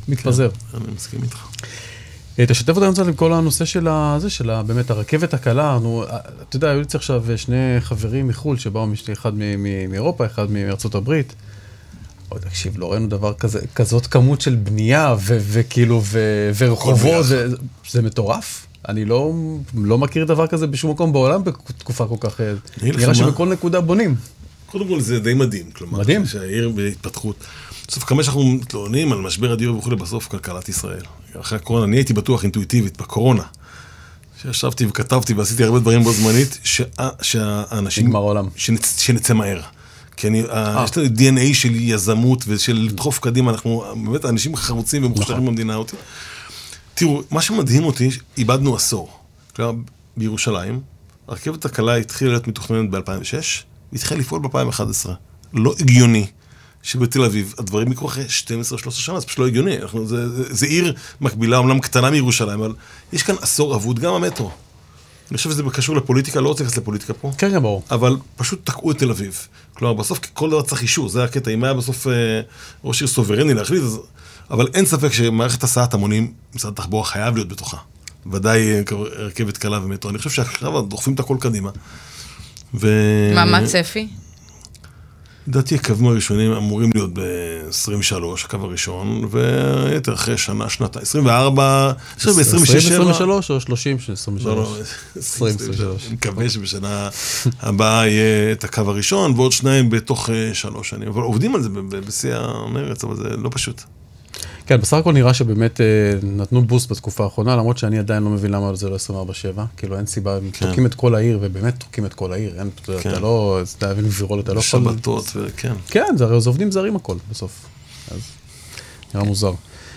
מתפזר. אני מסכים איתך. תשתף אותנו קצת עם כל הנושא של זה, של באמת הרכבת הקלה. אתה יודע, היו לי צריך עכשיו שני חברים מחול שבאו, אחד מאירופה, אחד מארצות הברית. עוד תקשיב, לא ראינו דבר כזה, כזאת כמות של בנייה וכאילו, ורחובות, זה מטורף. אני לא, לא מכיר דבר כזה בשום מקום בעולם בתקופה כל כך, נראה שבכל נקודה בונים. קודם כל זה די מדהים, כלומר, מדהים. שהעיר בהתפתחות. בסוף כמה שאנחנו מתלוננים על משבר הדיור וכו', בסוף כלכלת ישראל. אחרי הקורונה, אני הייתי בטוח אינטואיטיבית בקורונה, שישבתי וכתבתי ועשיתי הרבה דברים בו זמנית, שהאנשים, נגמר העולם. שנצא מהר. כי אני, יש לי די אן איי של יזמות ושל לדחוף קדימה, אנחנו באמת אנשים חרוצים ומוכשרים במדינה אותי. תראו, מה שמדהים אותי, איבדנו עשור. כלומר, בירושלים, הרכבת הקלה התחילה להיות מתוכננת ב-אלפיים ושש, והתחילה לפעול ב-אלפיים ואחת עשרה. לא הגיוני שבתל אביב הדברים יקרו אחרי שתים עשרה שלוש עשרה שנה, זה פשוט לא הגיוני. אנחנו, זה, זה, זה עיר מקבילה, אומנם קטנה מירושלים, אבל יש כאן עשור אבוד, גם המטרו. אני חושב שזה קשור לפוליטיקה, לא רוצה להיכנס לפוליטיקה פה. כן, כן, ברור. אבל פשוט תקעו את תל אביב. כלומר, בסוף כל דבר צריך אישור, זה הקטע. אם היה בסוף ראש עיר סוברני להחליט, אז... אבל אין ספק שמערכת הסעת המונים, משרד התחבורה חייב להיות בתוכה. ודאי רכבת קלה ומטרו. אני חושב שעכשיו דוחפים את הכל קדימה. ו... מה, מה צפי? לדעתי הקווים הראשונים אמורים להיות ב-עשרים ושלוש, הקו הראשון, ויתר אחרי שנה, שנתה, עשרים וארבע, ב-עשרים ושש, עשרים ושלוש או שלושים של עשרים ושלוש? לא, לא, עשרים ושלוש. אני מקווה שבשנה הבאה יהיה את הקו הראשון, ועוד שניים בתוך שלוש שנים. אבל עובדים על זה בשיא המרץ, אבל זה לא פשוט. כן, בסך הכל נראה שבאמת נתנו בוסט בתקופה האחרונה, למרות שאני עדיין לא מבין למה זה לא עשרים וארבע שבע, כאילו אין סיבה, הם תוקעים את כל העיר, ובאמת תוקעים את כל העיר, אתה לא, אתה מבין וירול, אתה לא יכול... בשבתות, וכן. כן, זה הרי עובדים זרים הכל, בסוף. אז נראה מוזר.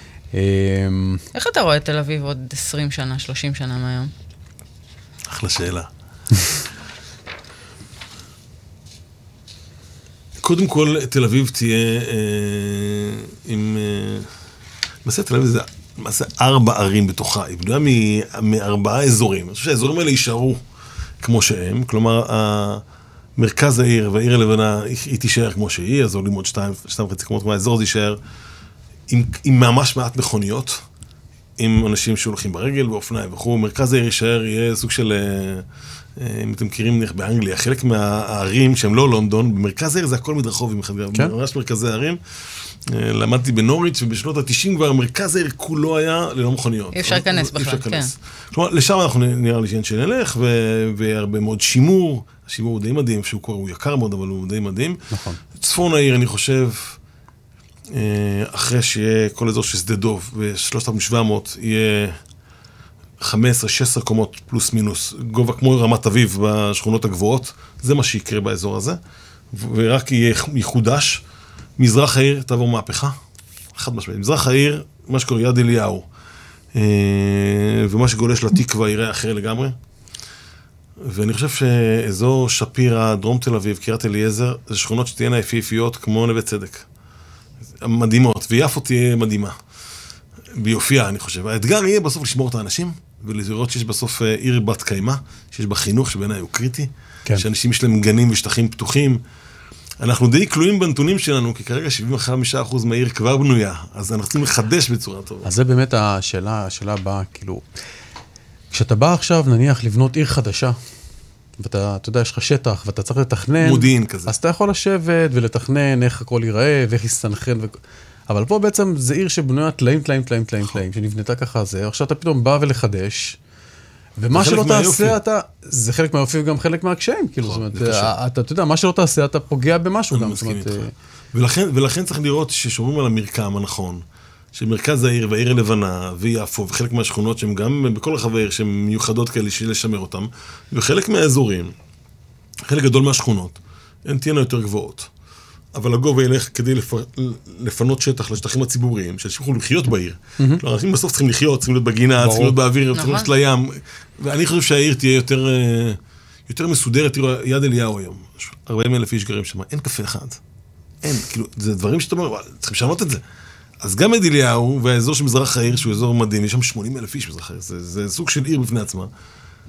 איך אתה רואה את תל אביב עוד עשרים שנה, שלושים שנה מהיום? אחלה שאלה. קודם כל, תל אביב תהיה עם... למעשה, תל אביב זה למעשה ארבע ערים בתוכה, היא בנויה מארבעה אזורים. אני חושב שהאזורים האלה יישארו כמו שהם, כלומר, מרכז העיר והעיר הלבנה, היא תישאר כמו שהיא, אז עולים עוד שתיים, שתיים וחצי קומות, כמו האזור זה יישאר עם, עם ממש מעט מכוניות, עם אנשים שהולכים ברגל, באופניים וכו'. מרכז העיר יישאר, יהיה סוג של... אם אתם מכירים באנגליה, חלק מהערים שהם לא לונדון, במרכז העיר זה הכל מדרחוב, ממש מרכזי הערים. למדתי בנוריץ' ובשנות ה-תשעים כבר מרכז העיר כולו היה ללא מכוניות. אי אפשר להיכנס בכלל, כן. כלומר, לשם אנחנו נראה לי שנלך, והרבה מאוד שימור, השימור הוא די מדהים, שהוא יקר מאוד, אבל הוא די מדהים. נכון. צפון העיר, אני חושב, אחרי שיהיה כל אזור של שדה דוב, ב-שלושת אלפים ושבע מאות יהיה חמש עשרה שש עשרה קומות פלוס מינוס, גובה כמו רמת אביב בשכונות הגבוהות, זה מה שיקרה באזור הזה, ורק יהיה יחודש. מזרח העיר תעבור מהפכה, חד משמעית. מזרח העיר, מה שקורא יד אליהו, ומה שגולש לתקווה יראה אחר לגמרי. ואני חושב שאזור שפירא, דרום תל אביב, קריית אליעזר, זה שכונות שתהיינה יפהפיות כמו נווה צדק. מדהימות, ויפו תהיה מדהימה. ביופייה, אני חושב. האתגר יהיה בסוף לשמור את האנשים, ולראות שיש בסוף עיר בת קיימה, שיש בה חינוך שבעיניי הוא קריטי, כן. שאנשים יש להם גנים ושטחים פתוחים. אנחנו די כלואים בנתונים שלנו, כי כרגע שבעים וחמישה אחוז מהעיר כבר בנויה, אז אנחנו צריכים לחדש בצורה טובה. אז זה באמת השאלה, השאלה הבאה, כאילו, כשאתה בא עכשיו, נניח, לבנות עיר חדשה, ואתה, אתה יודע, יש לך שטח, ואתה צריך לתכנן, מודיעין כזה. אז אתה יכול לשבת ולתכנן איך הכל ייראה, ואיך יסתנכן, ו... אבל פה בעצם זה עיר שבנויה תלאים, תלאים, תלאים, תלאים, תלאים, שנבנתה ככה זה, עכשיו אתה פתאום בא ולחדש, ומה שלא תעשה אתה, זה חלק מהיופי וגם חלק מהקשיים, כאילו, זאת אומרת, אתה, אתה יודע, מה שלא תעשה אתה פוגע במשהו גם, זאת אומרת... ולכן, ולכן צריך לראות ששומרים על המרקם הנכון, שמרכז העיר והעיר הלבנה ויפו, וחלק מהשכונות שהן גם בכל רחבי העיר, שהן מיוחדות כאלה לשמר אותן, וחלק מהאזורים, חלק גדול מהשכונות, הן תהיינה יותר גבוהות. אבל הגובה ילך כדי לפ... לפנות שטח לשטחים הציבוריים, שאנשים יכולים לחיות בעיר. כלומר, אנשים בסוף צריכים לחיות, צריכים להיות בגינה, צריכים להיות באוויר, צריכים להיות לים. ואני חושב שהעיר תהיה יותר, יותר מסודרת. תראו, יד אליהו היום, ארבעים אלף איש גרים שם, אין קפה אחד. אין, כאילו, זה דברים שאתה אומר, צריכים לשנות את זה. אז גם יד אליהו והאזור של מזרח העיר, שהוא אזור מדהים, יש שם שמונים אלף איש מזרח העיר, זה, זה סוג של עיר בפני עצמה.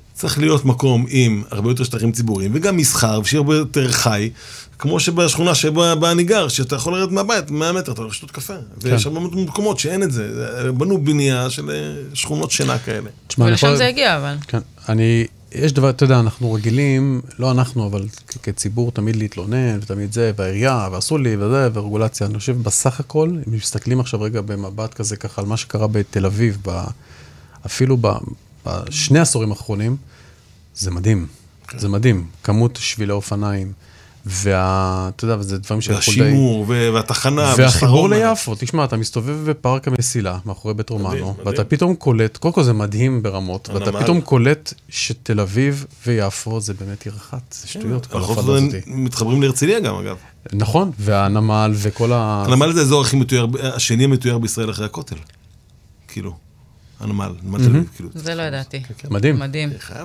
צריך להיות מקום עם הרבה יותר שטחים ציבוריים, וגם מסחר, ושיהיה הרבה יותר חי, כמו שבשכונה שבה אני גר, שאתה יכול לרדת מהבית, מאה מטר, אתה הולך לשתות קפה. ויש הרבה מקומות שאין את זה. בנו בנייה של שכונות שינה כאלה. ולשם זה הגיע, אבל. כן, אני, יש דבר, אתה יודע, אנחנו רגילים, לא אנחנו, אבל כציבור תמיד להתלונן, ותמיד זה, והעירייה, ועשו לי, וזה, ורגולציה. אני חושב, בסך הכל, אם מסתכלים עכשיו רגע במבט כזה, ככה, על מה שקרה בתל אביב, אפילו בשני עשורים האחרונים, זה מדהים. זה מדהים. כמות שבילי אופניים, ואתה יודע, וזה דברים שיכול די... והשימור, והתחנה, והחיבור ליפו, תשמע, אתה מסתובב בפארק המסילה, מאחורי בית רומנו, ואתה פתאום קולט, קודם כל זה מדהים ברמות, ואתה פתאום קולט שתל אביב ויפו זה באמת עיר אחת, זה שטויות. אנחנו מתחברים להרצליה גם, אגב. נכון, והנמל וכל ה... הנמל זה האזור הכי מתויר, השני המתויר בישראל אחרי הכותל. כאילו. הנמל, נמל תל אביב, כאילו. זה לא ידעתי. מדהים. מדהים. חייב.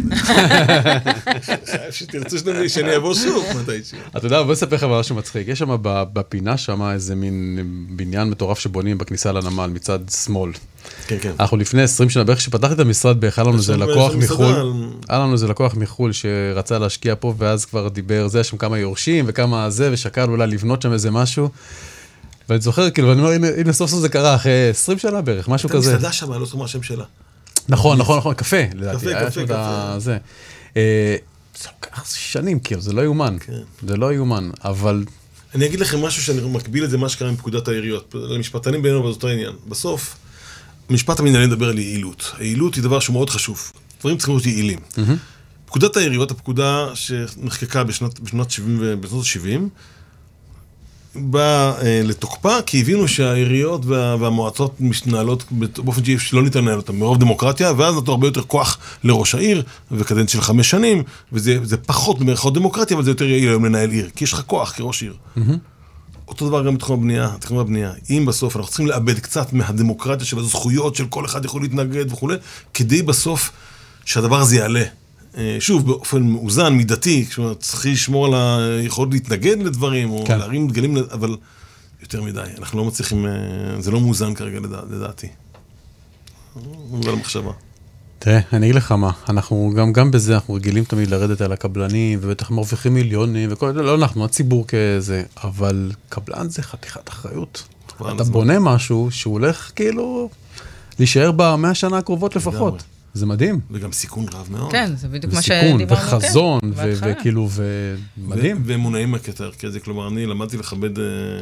חייב שתרצו שאני אבוא שוב, מתישהו. אתה יודע, בוא נספר לך משהו מצחיק. יש שם בפינה שם איזה מין בניין מטורף שבונים בכניסה לנמל מצד שמאל. כן, כן. אנחנו לפני עשרים שנה, בערך שפתחתי את המשרד, היה לנו איזה לקוח מחול, היה לנו איזה לקוח מחול שרצה להשקיע פה, ואז כבר דיבר, זה שם כמה יורשים וכמה זה, ושקל אולי לבנות שם איזה משהו. ואני זוכר, כאילו, ואני אומר, הנה, הנה סוף סוף זה קרה, אחרי עשרים שנה בערך, משהו כזה. אתה מסעדה שם, אני לא זוכר מה השם שלה. נכון, נכון, נכון, קפה, לדעתי. קפה, קפה, קפה. זה. זה לקח שנים, כאילו, זה לא יומן. זה לא יומן, אבל... אני אגיד לכם משהו שאני מקביל את זה, מה שקרה עם פקודת העיריות. למשפטנים בינינו, אבל זאת העניין. בסוף, המשפט המנהלי מדבר על יעילות. היעילות היא דבר שהוא מאוד חשוב. דברים צריכים להיות יעילים. פקודת העיריות, הפקודה שנחקקה בשנות ה-שבעים, באה לתוקפה, כי הבינו שהעיריות והמועצות מתנהלות באופן שלא ניתן לנהל אותם, מרוב דמוקרטיה, ואז נתנו הרבה יותר כוח לראש העיר, וקדנציה של חמש שנים, וזה פחות במרכאות דמוקרטיה, אבל זה יותר יעיל היום לנהל עיר, כי יש לך כוח כראש עיר. אותו דבר גם בתחום הבנייה, בתחום הבנייה. אם בסוף אנחנו צריכים לאבד קצת מהדמוקרטיה של הזכויות, של כל אחד יכול להתנגד וכו', כדי בסוף שהדבר הזה יעלה. שוב, באופן מאוזן, מידתי, צריך לשמור על היכולת להתנגד לדברים, או להרים דגלים, אבל יותר מדי. אנחנו לא מצליחים, זה לא מאוזן כרגע לדעתי. זה למחשבה. תראה, אני אגיד לך מה, אנחנו גם, גם בזה, אנחנו רגילים תמיד לרדת על הקבלנים, ובטח מרוויחים מיליונים, וכל, לא אנחנו, הציבור כזה, אבל קבלן זה חתיכת אחריות. אתה בונה משהו שהוא הולך כאילו להישאר במאה השנה הקרובות לפחות. זה מדהים. וגם סיכון רב מאוד. כן, זה בדיוק מה שדיברנו. שדיברנו. וחזון, וכאילו, ומדהים. ומונעים מהקטר, כי זה, כלומר, אני למדתי לכבד,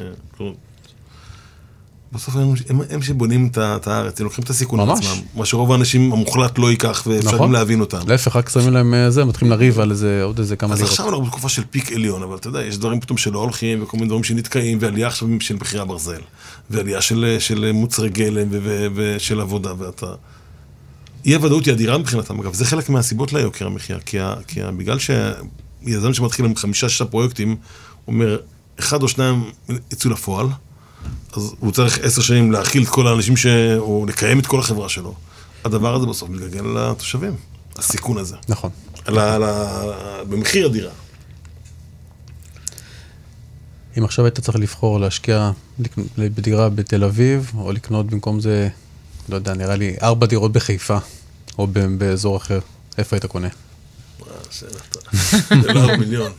בסוף הם שבונים את הארץ, הם לוקחים את הסיכון על עצמם. מה שרוב האנשים המוחלט לא ייקח, ואפשר גם להבין אותם. להפך, רק שמים להם זה, מתחילים לריב על עוד איזה כמה לירות. אז עכשיו אנחנו בתקופה של פיק עליון, אבל אתה יודע, יש דברים פתאום שלא הולכים, וכל מיני דברים שנתקעים, ועלייה עכשיו של מחירי הברזל, ועלייה של מוצרי גלם ושל עבודה, ואתה... אי הוודאות היא אדירה מבחינתם, אגב, זה חלק מהסיבות ליוקר המחיה, כי, כי בגלל שיזם שמתחיל עם חמישה, שישה פרויקטים, הוא אומר, אחד או שניים יצאו לפועל, אז הוא צריך עשר שנים להכיל את כל האנשים, ש... או לקיים את כל החברה שלו. הדבר הזה בסוף מתגלגל לתושבים, הסיכון הזה. נכון. על ה... על ה... במחיר אדירה. אם עכשיו היית צריך לבחור להשקיע בדירה בתל אביב, או לקנות במקום זה... לא יודע, נראה לי, ארבע דירות בחיפה, או באזור אחר. איפה היית קונה? שאלה, זה לא ארבע מיליון.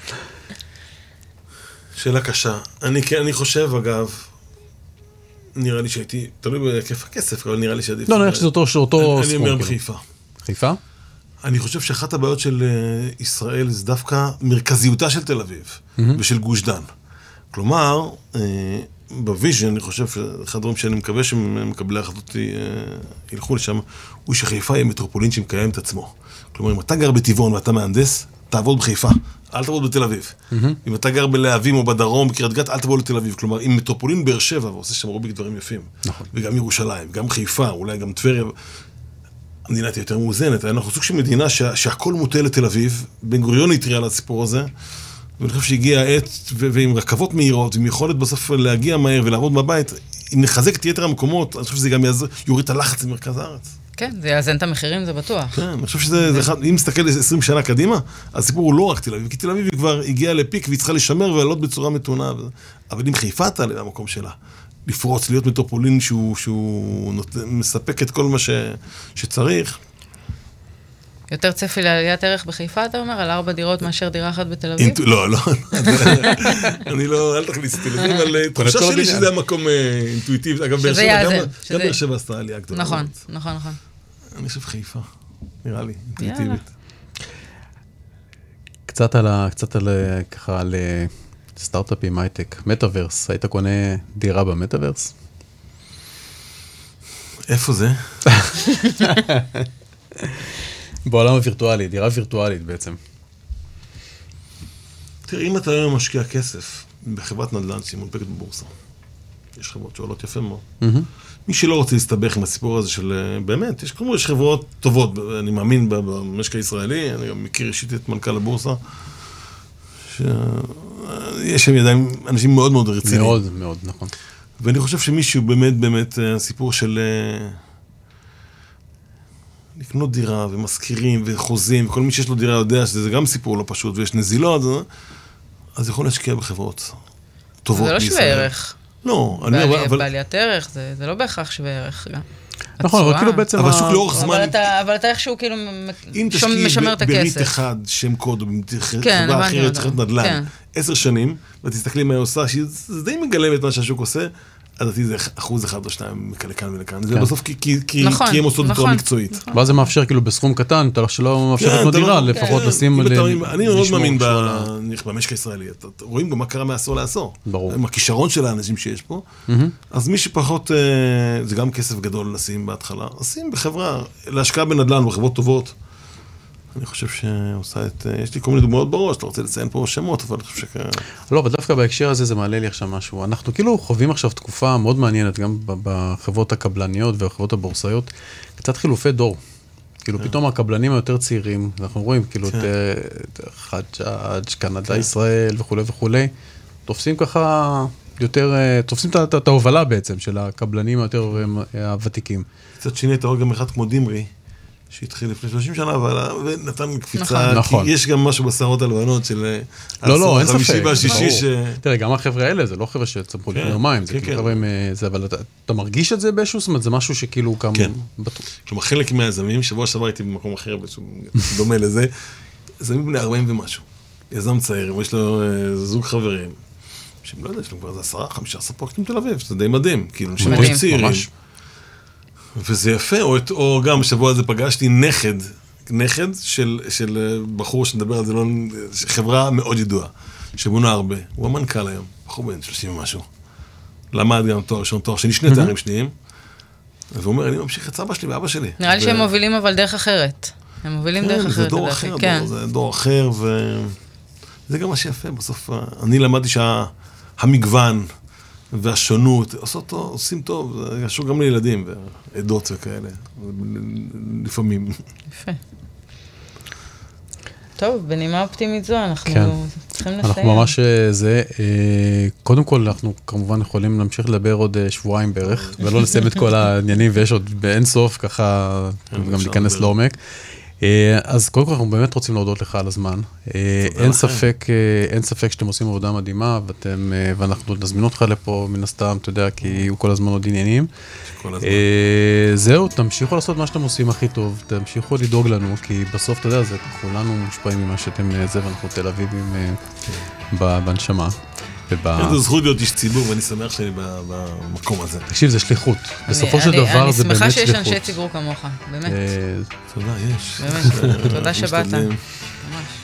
שאלה קשה. אני, אני חושב, אגב, נראה לי שהייתי, תלוי בהיקף הכסף, אבל נראה לי שעדיף. לא, נראה שזה אותו סכום. אני אומר בחיפה. חיפה? אני חושב שאחת הבעיות של ישראל זה דווקא מרכזיותה של תל אביב, ושל גוש דן. כלומר, בוויז'ן, אני חושב שאחד הדברים שאני מקווה שמקבלי ההחלטות ילכו לשם, הוא שחיפה יהיה מטרופולין שמקיים את עצמו. כלומר, אם אתה גר בטבעון ואתה מהנדס, תעבוד בחיפה, אל תעבוד בתל אביב. אם אתה גר בלהבים או בדרום, בקריית גת, אל תעבוד לתל אביב. כלומר, אם מטרופולין באר שבע, ועושה שם רוביק דברים יפים, וגם ירושלים, גם חיפה, אולי גם טבריה, המדינה תהיה יותר מאוזנת. אנחנו סוג של מדינה שהכל מוטה לתל אביב, בן גוריון התריע על הסיפור הזה, ואני חושב שהגיע העת, ועם רכבות מהירות, עם יכולת בסוף להגיע מהר ולעבוד בבית, אם נחזק את יתר המקומות, אני חושב שזה גם יוריד את הלחץ במרכז הארץ. כן, זה יאזן את המחירים, זה בטוח. כן, אני חושב שזה, אם נסתכל עשרים שנה קדימה, הסיפור הוא לא רק תל אביב, כי תל אביב היא כבר הגיעה לפיק, והיא צריכה לשמר ולעלות בצורה מתונה, אבל אם חיפה תעלה למקום שלה, לפרוץ, להיות מטרופולין שהוא מספק את כל מה שצריך, יותר צפי לעליית ערך בחיפה, אתה אומר, על ארבע דירות מאשר דירה אחת בתל אביב? לא, לא, אני לא, אל תכניס אותי לזה, אבל תחושה שלי שזה המקום אינטואיטיבי, אגב, באר שבע, גם באר שבע עשתה עלייה גדולה. נכון, נכון, נכון. אני חושב חיפה, נראה לי, אינטואיטיבית. קצת על, קצת על, ככה, על סטארט-אפים, הייטק, מטאברס, היית קונה דירה במטאברס? איפה זה? בעולם הווירטואלי, דירה וירטואלית בעצם. תראה, אם אתה היום משקיע כסף בחברת נדל"ן שהיא מונפקת בבורסה, יש חברות שעולות יפה מאוד. מי שלא רוצה להסתבך עם הסיפור הזה של, באמת, יש כמו, יש חברות טובות, אני מאמין במשק הישראלי, אני גם מכיר אישית את מנכ"ל הבורסה, שיש שם ידיים, אנשים מאוד מאוד רציניים. מאוד מאוד, נכון. ואני חושב שמישהו באמת, באמת, הסיפור של לקנות דירה ומזכירים וחוזים, וכל מי שיש לו דירה יודע שזה גם סיפור לא פשוט, ויש נזילות, אז יכול להשקיע בחברות טובות בישראל. זה לא שווה ערך. לא, אני אבל... בעליית ערך, זה, זה לא בהכרח שווה ערך גם. נכון, אבל כאילו בעצם... אבל שוק לאורך זמן... אבל אתה איכשהו כאילו משמר את הכסף. אם תשקיעי בריט אחד, שם קוד, או חברה אחרת, צריכת נדל"ן, עשר שנים, ותסתכלי מה היא עושה, שזה די מגלם את מה שהשוק עושה, אז דעתי זה אחוז אחד או שניים מכאן ולכאן. זה בסוף כי הם עושות אותו מקצועית. ואז זה מאפשר כאילו בסכום קטן, אתה שלא מאפשר לקנות דירה, לפחות לשים... אני מאוד מאמין במשק הישראלי. רואים גם מה קרה מעשור לעשור. ברור. עם הכישרון של האנשים שיש פה. אז מי שפחות, זה גם כסף גדול לשים בהתחלה. לשים בחברה, להשקעה בנדל"ן, בחברות טובות. אני חושב שעושה את... יש לי כל מיני דוגמאות בראש, אתה רוצה לציין פה שמות, אבל אני חושב שכ... לא, אבל דווקא בהקשר הזה זה מעלה לי עכשיו משהו. אנחנו כאילו חווים עכשיו תקופה מאוד מעניינת, גם בחברות הקבלניות והחברות הבורסאיות, קצת חילופי דור. כאילו פתאום הקבלנים היותר צעירים, אנחנו רואים כאילו את חג'אג', קנדה, ישראל וכו' וכו', תופסים ככה יותר, תופסים את ההובלה בעצם של הקבלנים היותר הוותיקים. קצת שני, אתה רואה גם אחד כמו דימרי, שהתחיל לפני שלושים שנה, אבל ונתן קפיצה, נכון. כי יש גם משהו בשערות הלבנות של לא, לא, אין ספק. והשישי ש... תראה, גם החבר'ה האלה, זה לא חבר'ה שצמחו לפני יומיים, זה כאילו חבר'ה עם זה, אבל אתה מרגיש את זה באיזשהו, זאת אומרת, זה משהו שכאילו כמה... כלומר, חלק מהיזמים, שבוע שעבר הייתי במקום אחר, דומה לזה, יזמים בני ארבעים ומשהו. יזם צעיר, ויש לו זוג חברים, שהם לא יודע, יש לו כבר איזה עשרה, חמישה עשרה פרויקטים תל אביב, שזה די מדהים, כאילו, אנשים צעירים. וזה יפה, או, או גם בשבוע הזה פגשתי נכד, נכד של, של בחור שנדבר על זה, לא, חברה מאוד ידועה, שבונה הרבה, הוא המנכ"ל היום, בחור בן שלושים ומשהו, למד גם תואר ראשון, תואר שני, שני תארים שניים, והוא אומר, אני ממשיך את סבא שלי ואבא שלי. נראה לי שהם מובילים אבל דרך אחרת, הם מובילים דרך אחרת. זה דור אחר, זה דור אחר, וזה גם מה שיפה, בסוף, אני למדתי שהמגוון, והשונות, עושים טוב, זה קשור גם לילדים, ועדות וכאלה, לפעמים. יפה. טוב, בנימה אופטימית זו, אנחנו צריכים לסיים. אנחנו ממש זה, קודם כל אנחנו כמובן יכולים להמשיך לדבר עוד שבועיים בערך, ולא לסיים את כל העניינים, ויש עוד באין סוף, ככה גם להיכנס לעומק. אז קודם כל אנחנו באמת רוצים להודות לך על הזמן. אין ספק, אין ספק שאתם עושים עבודה מדהימה, ואתם, ואנחנו נזמין אותך לפה מן הסתם, אתה יודע, כי יהיו כל הזמן עוד עניינים. זהו, תמשיכו לעשות מה שאתם עושים הכי טוב, תמשיכו לדאוג לנו, כי בסוף, אתה יודע, זה כולנו מושפעים ממה שאתם זה, ואנחנו תל אביבים בנשמה. זו זכות להיות איש ציבור, ואני שמח שאני במקום הזה. תקשיב, זה שליחות. בסופו של דבר זה באמת שליחות. אני שמחה שיש אנשי ציבור כמוך, באמת. תודה, יש. באמת, תודה שבאת. ממש.